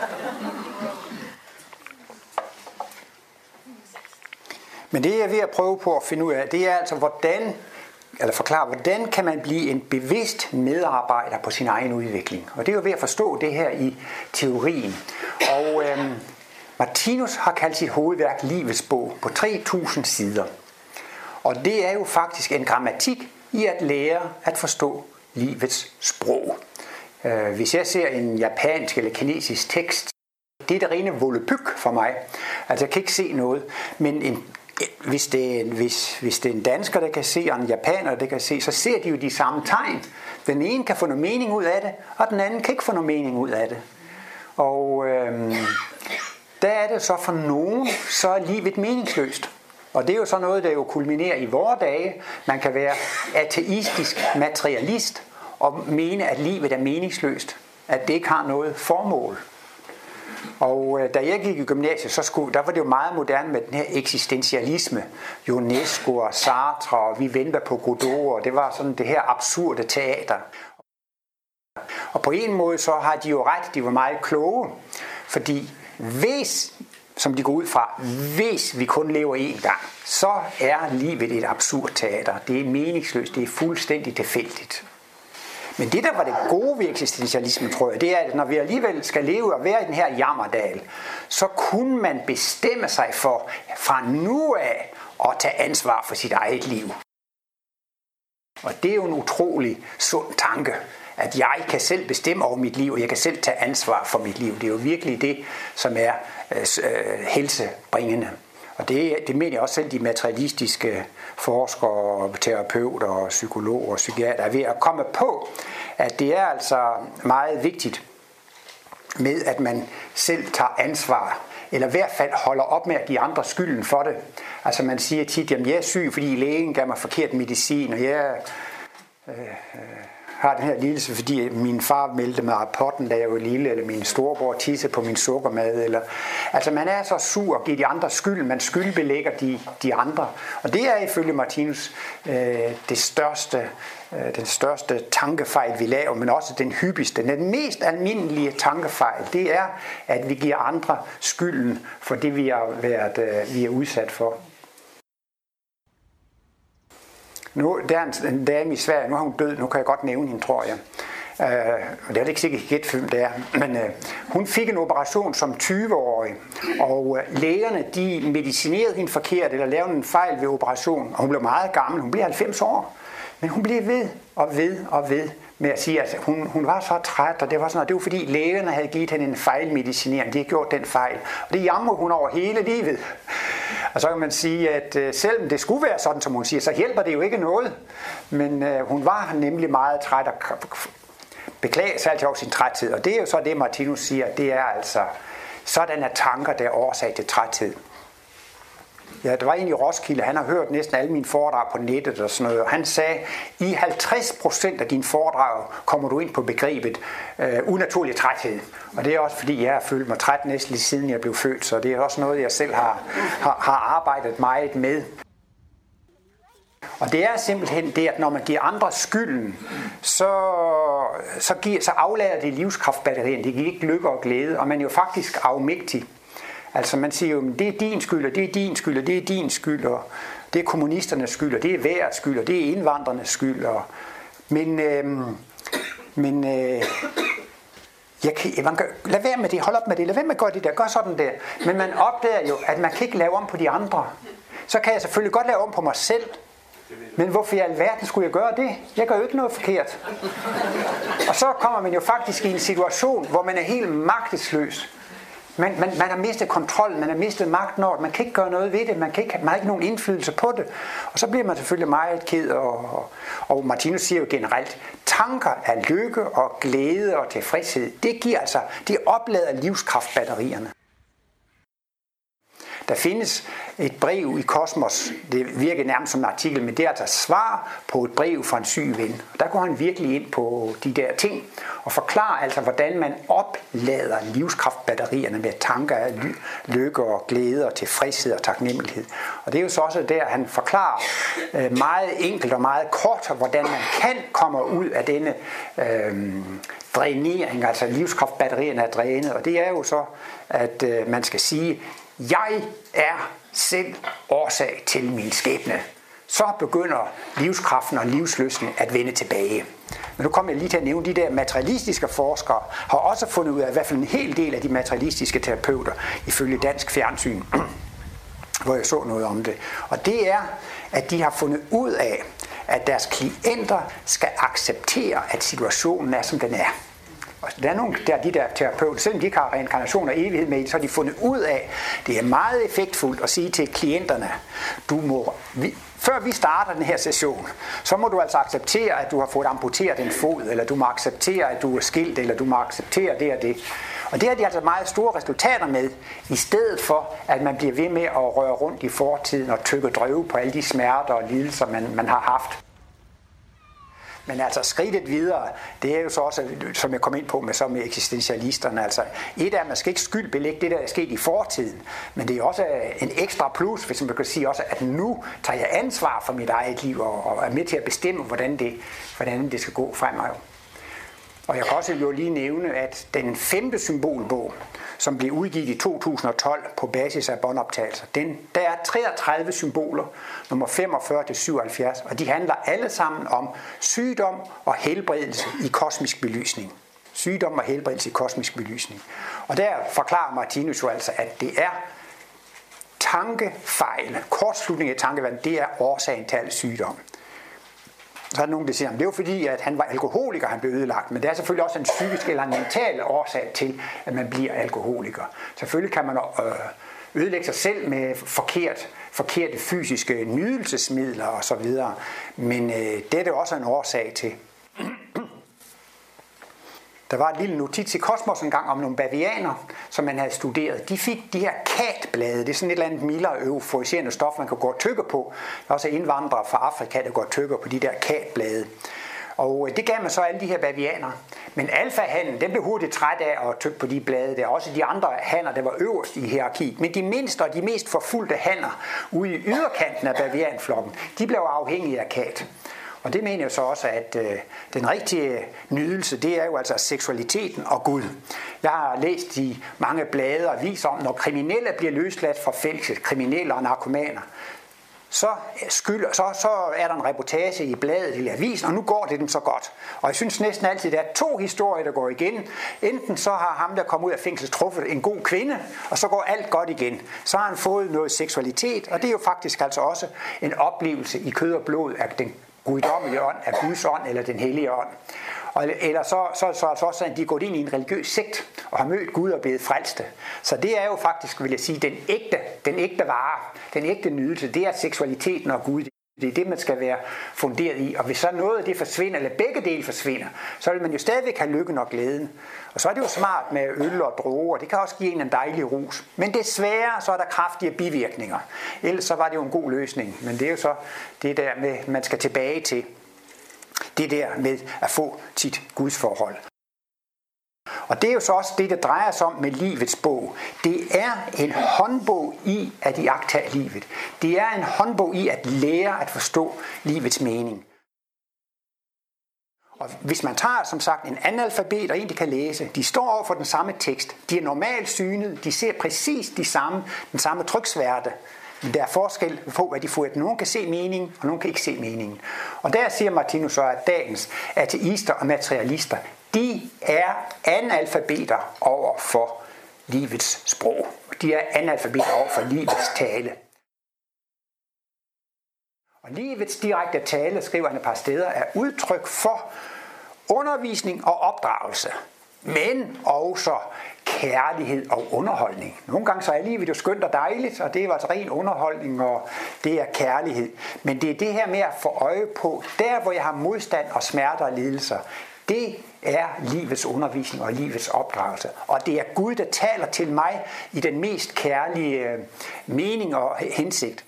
Men det jeg er ved at prøve på at finde ud af, det er altså, hvordan eller forklare, hvordan kan man blive en bevidst medarbejder på sin egen udvikling. Og det er jo ved at forstå det her i teorien. Og øhm, Martinus har kaldt sit hovedværk Livets bog på tre tusind sider. Og det er jo faktisk en grammatik i at lære at forstå livets sprog. Øh, hvis jeg ser en japansk eller kinesisk tekst, det er det rene volapyk for mig. Altså jeg kan ikke se noget, men en Hvis det, hvis, hvis det er en dansker, der kan se, og en japaner, der kan se, så ser de jo de samme tegn. Den ene kan få noget mening ud af det, og den anden kan ikke få noget mening ud af det. Og øhm, der er det så for nogen, så er livet meningsløst. Og det er jo så noget, der jo kulminerer i vore dage. Man kan være ateistisk materialist og mene, at livet er meningsløst. At det ikke har noget formål. Og øh, da jeg gik i gymnasiet, så skulle, der var det jo meget moderne med den her eksistentialisme. Ionesco og Sartre, og vi venter på Godot, og det var sådan det her absurde teater. Og på en måde så har de jo ret, de var meget kloge, fordi hvis, som de går ud fra, hvis vi kun lever én gang, så er livet et absurd teater. Det er meningsløst, det er fuldstændig tilfældigt. Men det, der var det gode ved eksistentialismen, tror jeg, det er, at når vi alligevel skal leve og være i den her jammerdal, så kunne man bestemme sig for fra nu af at tage ansvar for sit eget liv. Og det er jo en utrolig sund tanke, at jeg kan selv bestemme over mit liv, og jeg kan selv tage ansvar for mit liv. Det er jo virkelig det, som er øh, helsebringende. Og det, det mener jeg også selv, de materialistiske forskere, terapeuter og psykologer og psykiater er ved at komme på, at det er altså meget vigtigt med, at man selv tager ansvar, eller i hvert fald holder op med at give andre skylden for det. Altså man siger tit, at jeg er syg, fordi lægen gav mig forkert medicin, og jeg øh, øh, har den her lidelse, fordi min far meldte mig potten, da jeg var lille, eller min storebror tisse på min sukkermad. Eller, altså man er så sur og giver de andre skyld, man skyldbelægger de, de andre. Og det er ifølge Martinus øh, det største, øh, den største tankefejl, vi laver, men også den hyppigste. Den mest almindelige tankefejl, det er, at vi giver andre skylden for det, vi har været, øh, vi er udsat for. Nu, der er en, en dame i Sverige, nu har hun død, nu kan jeg godt nævne hende, tror jeg. Øh, og det er ikke sikkert gæt, hvem det er. Men øh, hun fik en operation som tyve-årig, og øh, lægerne de medicinerede hende forkert, eller lavede en fejl ved operationen, og hun blev meget gammel, hun blev halvfems år. Men hun blev ved og ved og ved med at sige, at hun, hun var så træt, og det var sådan noget. Det var fordi lægerne havde givet hende en fejlmedicinering. De havde gjort den fejl. Og det jamrede hun over hele livet. Og så kan man sige, at øh, selvom det skulle være sådan, som hun siger, så hjælper det jo ikke noget. Men øh, hun var nemlig meget træt og beklager sig altid over sin træthed. Og det er jo så det, Martinus siger, det er altså sådan er tanker, der er årsag til træthed. Ja, der var en i Roskilde, han har hørt næsten alle mine foredrag på nettet og sådan noget, og han sagde, i halvtreds procent af dine foredrag kommer du ind på begrebet øh, unaturlig træthed. Og det er også fordi, jeg har følt mig træt næsten lige siden jeg blev født, så det er også noget, jeg selv har, har, har arbejdet meget med. Og det er simpelthen det, at når man giver andre skylden, så, så, giver, så aflader det livskraftbatterien, det giver ikke lykke og glæde, og man er jo faktisk afmægtig. Altså man siger jo, det er din skyld, og det er din skyld, og det er din skyld, og det er kommunisternes skyld, og det er vejrets skyld, og det er indvandrernes skyld. Og, men øhm, men øh, jeg kan, man kan, lad være med det, hold op med det, lad være med at gøre det der, gør sådan der. Men man opdager jo, at man kan ikke lave om på de andre. Så kan jeg selvfølgelig godt lave om på mig selv, men hvorfor i alverden skulle jeg gøre det? Jeg gør jo ikke noget forkert. Og så kommer man jo faktisk i en situation, hvor man er helt magtesløs. Man, man, man har mistet kontrollen, man har mistet magten over det, man kan ikke gøre noget ved det, man, kan ikke, man har ikke nogen indflydelse på det. Og så bliver man selvfølgelig meget ked, og, og, og Martinus siger jo generelt, tanker af lykke og glæde og tilfredshed, det giver altså, det oplader livskraftbatterierne. Der findes et brev i Kosmos, det virker nærmest som en artikel, men det er altså svar på et brev fra en syg ven. Der går han virkelig ind på de der ting og forklarer altså, hvordan man oplader livskraftbatterierne med tanker af lykke og glæde og tilfredshed og taknemmelighed. Og det er jo så også der, han forklarer meget enkelt og meget kort, hvordan man kan komme ud af denne øh, drænering, altså livskraftbatterierne er drænet. Og det er jo så, at øh, man skal sige, jeg er selv årsag til min skæbne. Så begynder livskraften og livslysten at vende tilbage. Men nu kommer jeg lige til at nævne, de der materialistiske forskere har også fundet ud af, i hvert fald en hel del af de materialistiske terapeuter, ifølge Dansk Fjernsyn, hvor jeg så noget om det. Og det er, at de har fundet ud af, at deres klienter skal acceptere, at situationen er, som den er. Og der er nogle der, de der terapeuter, selvom de ikke har reinkarnation og evighed med, så har de fundet ud af, det er meget effektfuldt at sige til klienterne, du må, vi, før vi starter den her session, så må du altså acceptere, at du har fået amputeret en fod, eller du må acceptere, at du er skilt, eller du må acceptere det og det. Og det har de altså meget store resultater med, i stedet for, at man bliver ved med at røre rundt i fortiden og tykke drøve på alle de smerter og lidelser, man, man har haft. Men altså skridtet videre, det er jo så også, som jeg kom ind på med, så med eksistentialisterne, altså et af, man skal ikke skyldbelægge det, der er sket i fortiden, men det er også en ekstra plus, hvis man kan sige også, at nu tager jeg ansvar for mit eget liv og, og er med til at bestemme, hvordan det, hvordan det skal gå fremad. Og jeg kan også jo lige nævne, at den femte symbolbog, som blev udgivet i to tusind og tolv på basis af båndoptagelser, den, der er treogtredive symboler, nummer femogfyrre til syvoghalvfjerds, og de handler alle sammen om sygdom og helbredelse i kosmisk belysning. Sygdom og helbredelse i kosmisk belysning. Og der forklarer Martinus jo altså, at det er tankefejl, kortslutning af tankeverdenen, det er årsagen til al sygdom. Så er der nogen, der siger, at det var fordi, at han var alkoholiker, han blev ødelagt. Men det er selvfølgelig også en psykisk eller en mental årsag til, at man bliver alkoholiker. Selvfølgelig kan man ødelægge sig selv med forkert, forkerte fysiske nydelsesmidler osv. Men øh, det er det også en årsag til. Der var et lille notits i Kosmos engang om nogle bavianer, som man havde studeret. De fik de her katblade. Det er sådan et eller andet mildere euforiserende stof, man kan gå og tykke på. Der er også indvandrere fra Afrika, der går og tykker på de der katblade. Og det gav man så alle de her bavianer. Men alfahannen, den blev hurtigt træt af at tykke på de blade der. Også de andre hanner, der var øverst i hierarkiet. Men de mindste og de mest forfulgte hanner ude i yderkanten af bavianflokken, de blev afhængige af kat. Og det mener jeg så også, at øh, den rigtige nydelse, det er jo altså seksualiteten og Gud. Jeg har læst i mange blade og aviser om, når kriminelle bliver løsladt fra fængsel, kriminelle og narkomaner, så, skyld, så, så er der en reportage i bladet eller avisen, og nu går det dem så godt. Og jeg synes næsten altid, at der er to historier, der går igen. Enten så har ham, der kommer ud af fængsel, truffet en god kvinde, og så går alt godt igen. Så har han fået noget seksualitet, og det er jo faktisk altså også en oplevelse i kød og blod af den guddommelige ånd, af Guds ånd eller den hellige ånd. Og, eller så, så, så, så også, at de er gået ind i en religiøs sekt og har mødt Gud og blevet frelste. Så det er jo faktisk, vil jeg sige, den ægte, den ægte vare, den ægte nydelse, det er seksualiteten og Gud. Det er det, man skal være funderet i. Og hvis så noget af det forsvinder, eller begge dele forsvinder, så vil man jo stadigvæk have lykken og glæden. Og så er det jo smart med øl og droger, det kan også give en en dejlig rus. Men desværre så er der kraftige bivirkninger. Ellers så var det jo en god løsning. Men det er jo så det der med, man skal tilbage til. Det der med at få sit gudsforhold. Og det er jo så også det, der drejer sig om med livets bog. Det er en håndbog i at iagttage livet. Det er en håndbog i at lære at forstå livets mening. Og hvis man tager, som sagt, en analfabet og en, der kan læse, de står over for den samme tekst. De er normalt synet, de ser præcis de samme, den samme tryksværte. Men der er forskel på, hvad de får. At nogen kan se meningen, og nogen kan ikke se meningen. Og der siger Martinus så, at dagens ateister og materialister, de er analfabeter over for livets sprog. De er analfabeter over for livets tale. Og livets direkte tale, skriver han et par steder, er udtryk for undervisning og opdragelse. Men også kærlighed og underholdning. Nogle gange så er livet jo skønt og dejligt, og det er altså ren underholdning, og det er kærlighed. Men det er det her med at få øje på, der hvor jeg har modstand og smerter og lidelser, det er livets undervisning og livets opdragelse. Og det er Gud, der taler til mig i den mest kærlige mening og hensigt.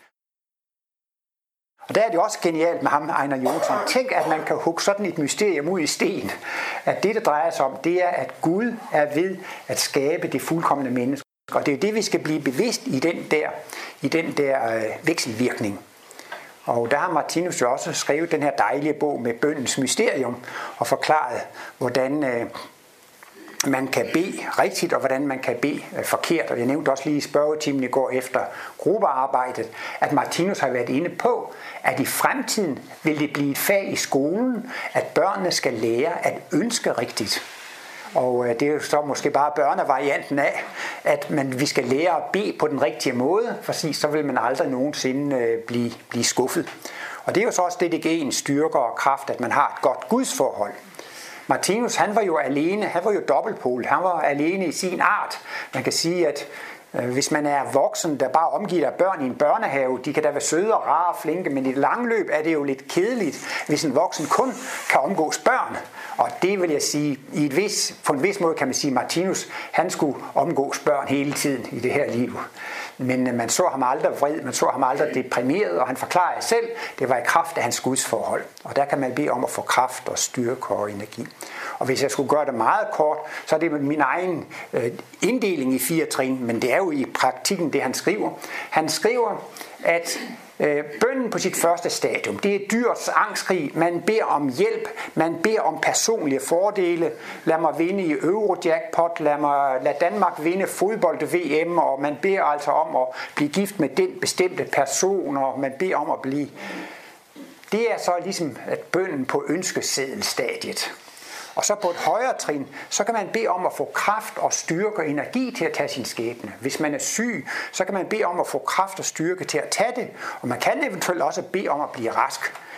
Og der er det også genialt med ham, Einar Jónsson. Tænk, at man kan hugge sådan et mysterium ud i sten. At det, der drejer sig om, det er, at Gud er ved at skabe det fuldkomne menneske. Og det er det, vi skal blive bevidst i den der, i den der øh, vekselvirkning. Og der har Martinus jo også skrevet den her dejlige bog med bønnens mysterium og forklaret, hvordan øh, man kan bede rigtigt, og hvordan man kan bede øh, forkert. Og jeg nævnte også lige i spørgetimen i går efter gruppearbejdet, at Martinus har været inde på, at i fremtiden vil det blive et fag i skolen, at børnene skal lære at ønske rigtigt. Og det er jo så måske bare børnevarianten af, at man, vi skal lære at bede på den rigtige måde, for så vil man aldrig nogensinde blive, blive skuffet. Og det er jo så også det, det giver en styrke og kraft, at man har et godt gudsforhold. Martinus, han var jo alene, han var jo dobbeltpol, han var alene i sin art. Man kan sige, at hvis man er voksen, der bare omgiver af børn i en børnehave, de kan da være søde og rare og flinke, men i det lange løb er det jo lidt kedeligt, hvis en voksen kun kan omgås børn. Og det vil jeg sige, i et vis, på en vis måde kan man sige, at Martinus, han skulle omgås børn hele tiden i det her liv. Men man så ham aldrig vred, man så ham aldrig deprimeret, og han forklarer selv, det var i kraft af hans gudsforhold. Og der kan man bede om at få kraft og styrke og energi. Og hvis jeg skulle gøre det meget kort, så er det min egen øh, inddeling i fire trin, men det er jo i praktikken det, han skriver. Han skriver, at øh, bønnen på sit første stadium, det er dyrets angstkrig. Man beder om hjælp, man beder om personlige fordele. Lad mig vinde i Eurojackpot, lad, mig, lad Danmark vinde fodbold-V M, og man beder altså om at blive gift med den bestemte person, og man beder om at blive... Det er så ligesom at bønnen på ønskeseddelstadiet. Og så på et højere trin, så kan man bede om at få kraft og styrke og energi til at tage sin skæbne. Hvis man er syg, så kan man bede om at få kraft og styrke til at tage det. Og man kan eventuelt også bede om at blive rask.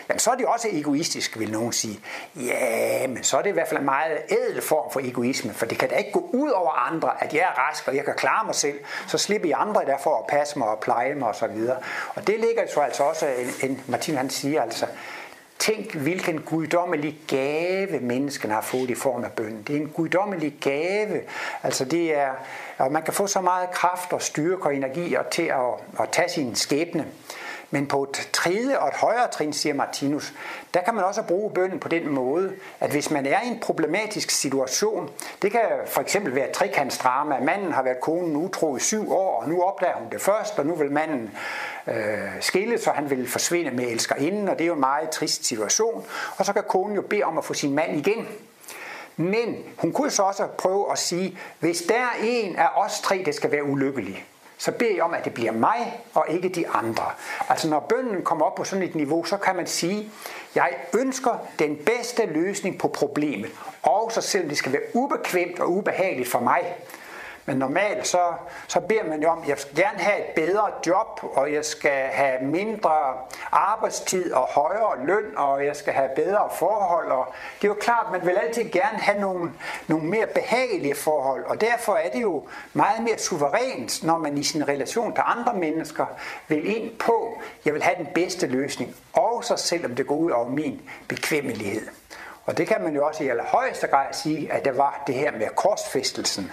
jamen så er det også egoistisk, vil nogen sige. Ja, men så er det i hvert fald en meget ædel form for egoisme, for det kan da ikke gå ud over andre, at jeg er rask, og jeg kan klare mig selv, så slipper I andre derfor at passe mig og pleje mig osv. Og, og det ligger så altså også, en, en Martin han siger altså, tænk, hvilken guddommelig gave menneskene har fået i form af bøn. Det er en guddommelig gave. Altså det er, og man kan få så meget kraft og styrke og energi til at, at tage sin skæbne. Men på et tredje og et højere trin, siger Martinus, der kan man også bruge bønnen på den måde, at hvis man er i en problematisk situation, det kan for eksempel være et trekantsdrama, manden har været konen utro i syv år, og nu opdager hun det først, og nu vil manden øh, skille, så han vil forsvinde med elskerinden, og det er jo en meget trist situation, og så kan konen jo bede om at få sin mand igen. Men hun kunne så også prøve at sige, hvis der er en af os tre, der skal være ulykkelig, så beder jeg om, at det bliver mig og ikke de andre. Altså når bønnen kommer op på sådan et niveau, så kan man sige, jeg ønsker den bedste løsning på problemet, også selvom det skal være ubekvemt og ubehageligt for mig. Men normalt så, så beder man jo om, at jeg skal gerne have et bedre job, og jeg skal have mindre arbejdstid og højere løn, og jeg skal have bedre forhold. Og det er jo klart, at man vil altid gerne have nogle, nogle mere behagelige forhold, og derfor er det jo meget mere suverænt, når man i sin relation til andre mennesker vil ind på, jeg vil have den bedste løsning, også selvom det går ud over min bekvemmelighed. Og det kan man jo også i allerhøjeste grad sige, at der var det her med korsfæstelsen,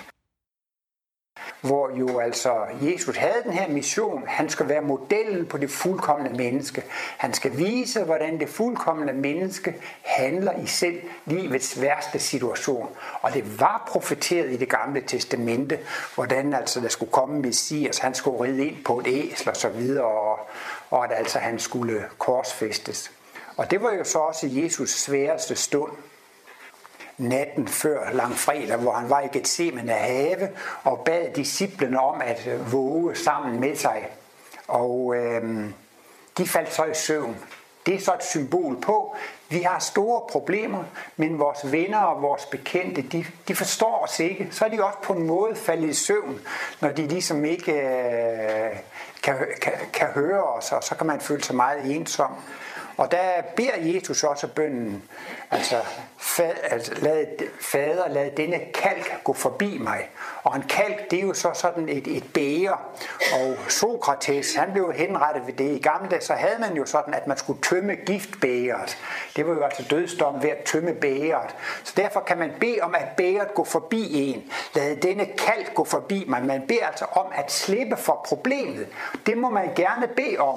hvor jo altså Jesus havde den her mission. Han skal være modellen på det fuldkomne menneske. Han skal vise, hvordan det fuldkomne menneske handler i selv livets værste situation. Og det var profeteret i det gamle testamente, hvordan altså der skulle komme Messias, han skulle ride ind på et æsel og så videre, og, og at altså han skulle korsfæstes. Og det var jo så også Jesus sværeste stund. Natten før langfredag, hvor han var i Getsemane have og bad disciplene om at våge sammen med sig. Og øh, de faldt så i søvn. Det er så et symbol på, vi har store problemer, men vores venner og vores bekendte, de, de forstår os ikke. Så er de også på en måde faldet i søvn, når de ligesom ikke øh, kan, kan, kan høre os, og så kan man føle sig meget ensom. Og der beder Jesus også bønnen, altså, altså lad, fader, lad denne kalk gå forbi mig. Og en kalk, det er jo så sådan et, et bæger. Og Sokrates, han blev henrettet ved det. I gamle dage, så havde man jo sådan, at man skulle tømme giftbægeret. Det var jo altså dødsdom ved at tømme bægeret. Så derfor kan man bede om, at bægeret går forbi en. Lad denne kalk gå forbi mig. Man beder altså om at slippe for problemet. Det må man gerne bede om.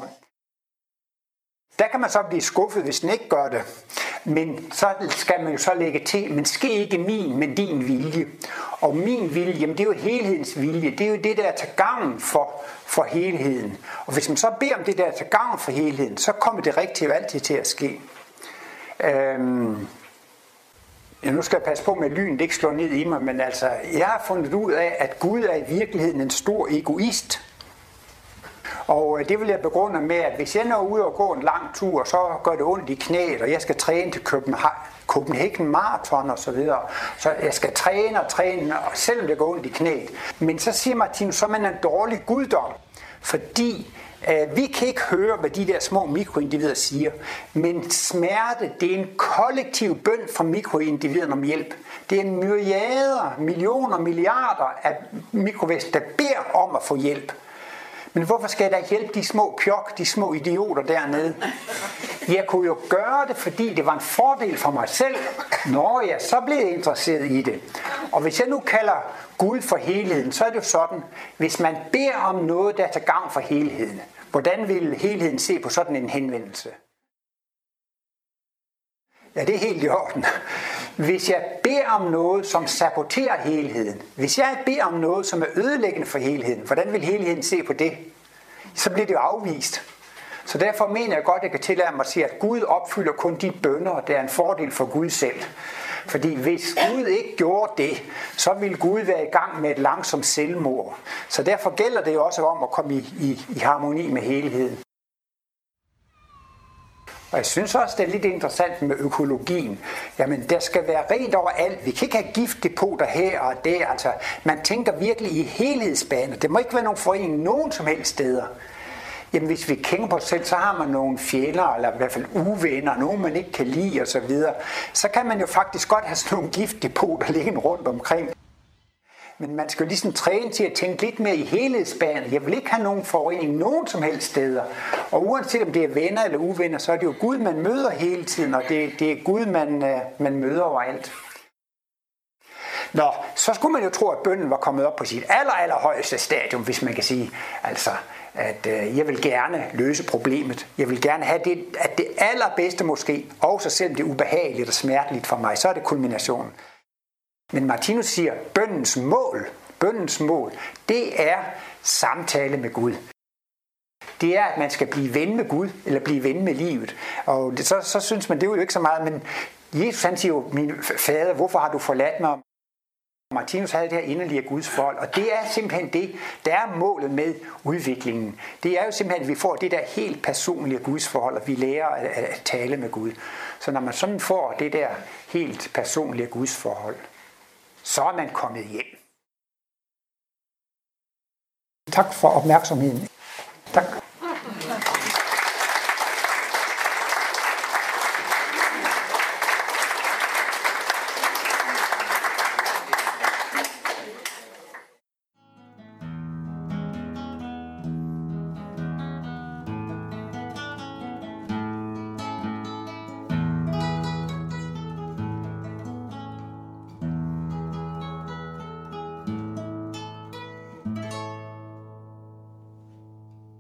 Der kan man så blive skuffet, hvis den ikke gør det. Men så skal man jo så lægge til, men ske ikke min, men din vilje. Og min vilje, jamen det er jo helhedens vilje. Det er jo det, der er til gavn for, for helheden. Og hvis man så beder om det, der er til gavn for helheden, så kommer det rigtigt altid til at ske. Øhm Ja, nu skal jeg passe på med lyden, det ikke slår ned i mig, men altså, jeg har fundet ud af, at Gud er i virkeligheden en stor egoist. Og det vil jeg begrunde med, at hvis jeg når ud og går en lang tur, så gør det ondt i knæet, og jeg skal træne til Copenhagen Marathon og så videre. Så jeg skal træne og træne, og selvom det går ondt i knæet. Men så siger Martinus, så er man en dårlig guddom, fordi øh, vi kan ikke høre, hvad de der små mikroindivider siger. Men smerte, det er en kollektiv bøn fra mikroindividerne om hjælp. Det er myriader, millioner, milliarder af mikrovæsener, der beder om at få hjælp. Men hvorfor skal jeg da hjælpe de små pjok, de små idioter dernede? Jeg kunne jo gøre det, fordi det var en fordel for mig selv. Nå ja, så blev jeg interesseret i det. Og hvis jeg nu kalder Gud for helheden, så er det jo sådan, hvis man beder om noget, der er til gavn for helheden, hvordan vil helheden se på sådan en henvendelse? Ja, det er helt i orden. Hvis jeg beder om noget, som saboterer helheden, hvis jeg beder om noget, som er ødelæggende for helheden, hvordan vil helheden se på det? Så bliver det jo afvist. Så derfor mener jeg godt, at jeg kan tillade mig at sige, at Gud opfylder kun de bønner, der er en fordel for Gud selv. Fordi hvis Gud ikke gjorde det, så ville Gud være i gang med et langsomt selvmord. Så derfor gælder det jo også om at komme i, i, i harmoni med helheden. Og jeg synes også, det er lidt interessant med økologien. Jamen, der skal være rent overalt. Vi kan ikke have giftdepoter her og der. Altså, man tænker virkelig i helhedsbaner. Det må ikke være nogen forening nogen som helst steder. Jamen hvis vi kigger på os selv, så har man nogle fjender, eller i hvert fald uvenner, nogen man ikke kan lide osv. Så, videre. Så kan man jo faktisk godt have sådan nogle giftdepoter liggende rundt omkring. Men man skal jo ligesom træne til at tænke lidt mere i helhedsbanen. Jeg vil ikke have nogen forurening nogen som helst steder. Og uanset om det er venner eller uvenner, så er det jo Gud, man møder hele tiden, og det, det er Gud, man, man møder overalt. Nå, så skulle man jo tro, at bønnen var kommet op på sit aller, aller højeste stadium, hvis man kan sige, altså, at øh, jeg vil gerne løse problemet. Jeg vil gerne have det, at det allerbedste måske, også selvom det er ubehageligt og smerteligt for mig, så er det kulminationen. Men Martinus siger, bønnens mål, bønnens mål, det er samtale med Gud. Det er, at man skal blive ven med Gud, eller blive ven med livet. Og det, så, så synes man, det er jo ikke så meget, men Jesus han siger jo, min fader, hvorfor har du forladt mig? Martinus havde det her inderlige Guds forhold, og det er simpelthen det, der er målet med udviklingen. Det er jo simpelthen, at vi får det der helt personlige Guds forhold, og vi lærer at, at tale med Gud. Så når man sådan får det der helt personlige Guds forhold, så er man kommet hjem. Tak for opmærksomheden. Tak.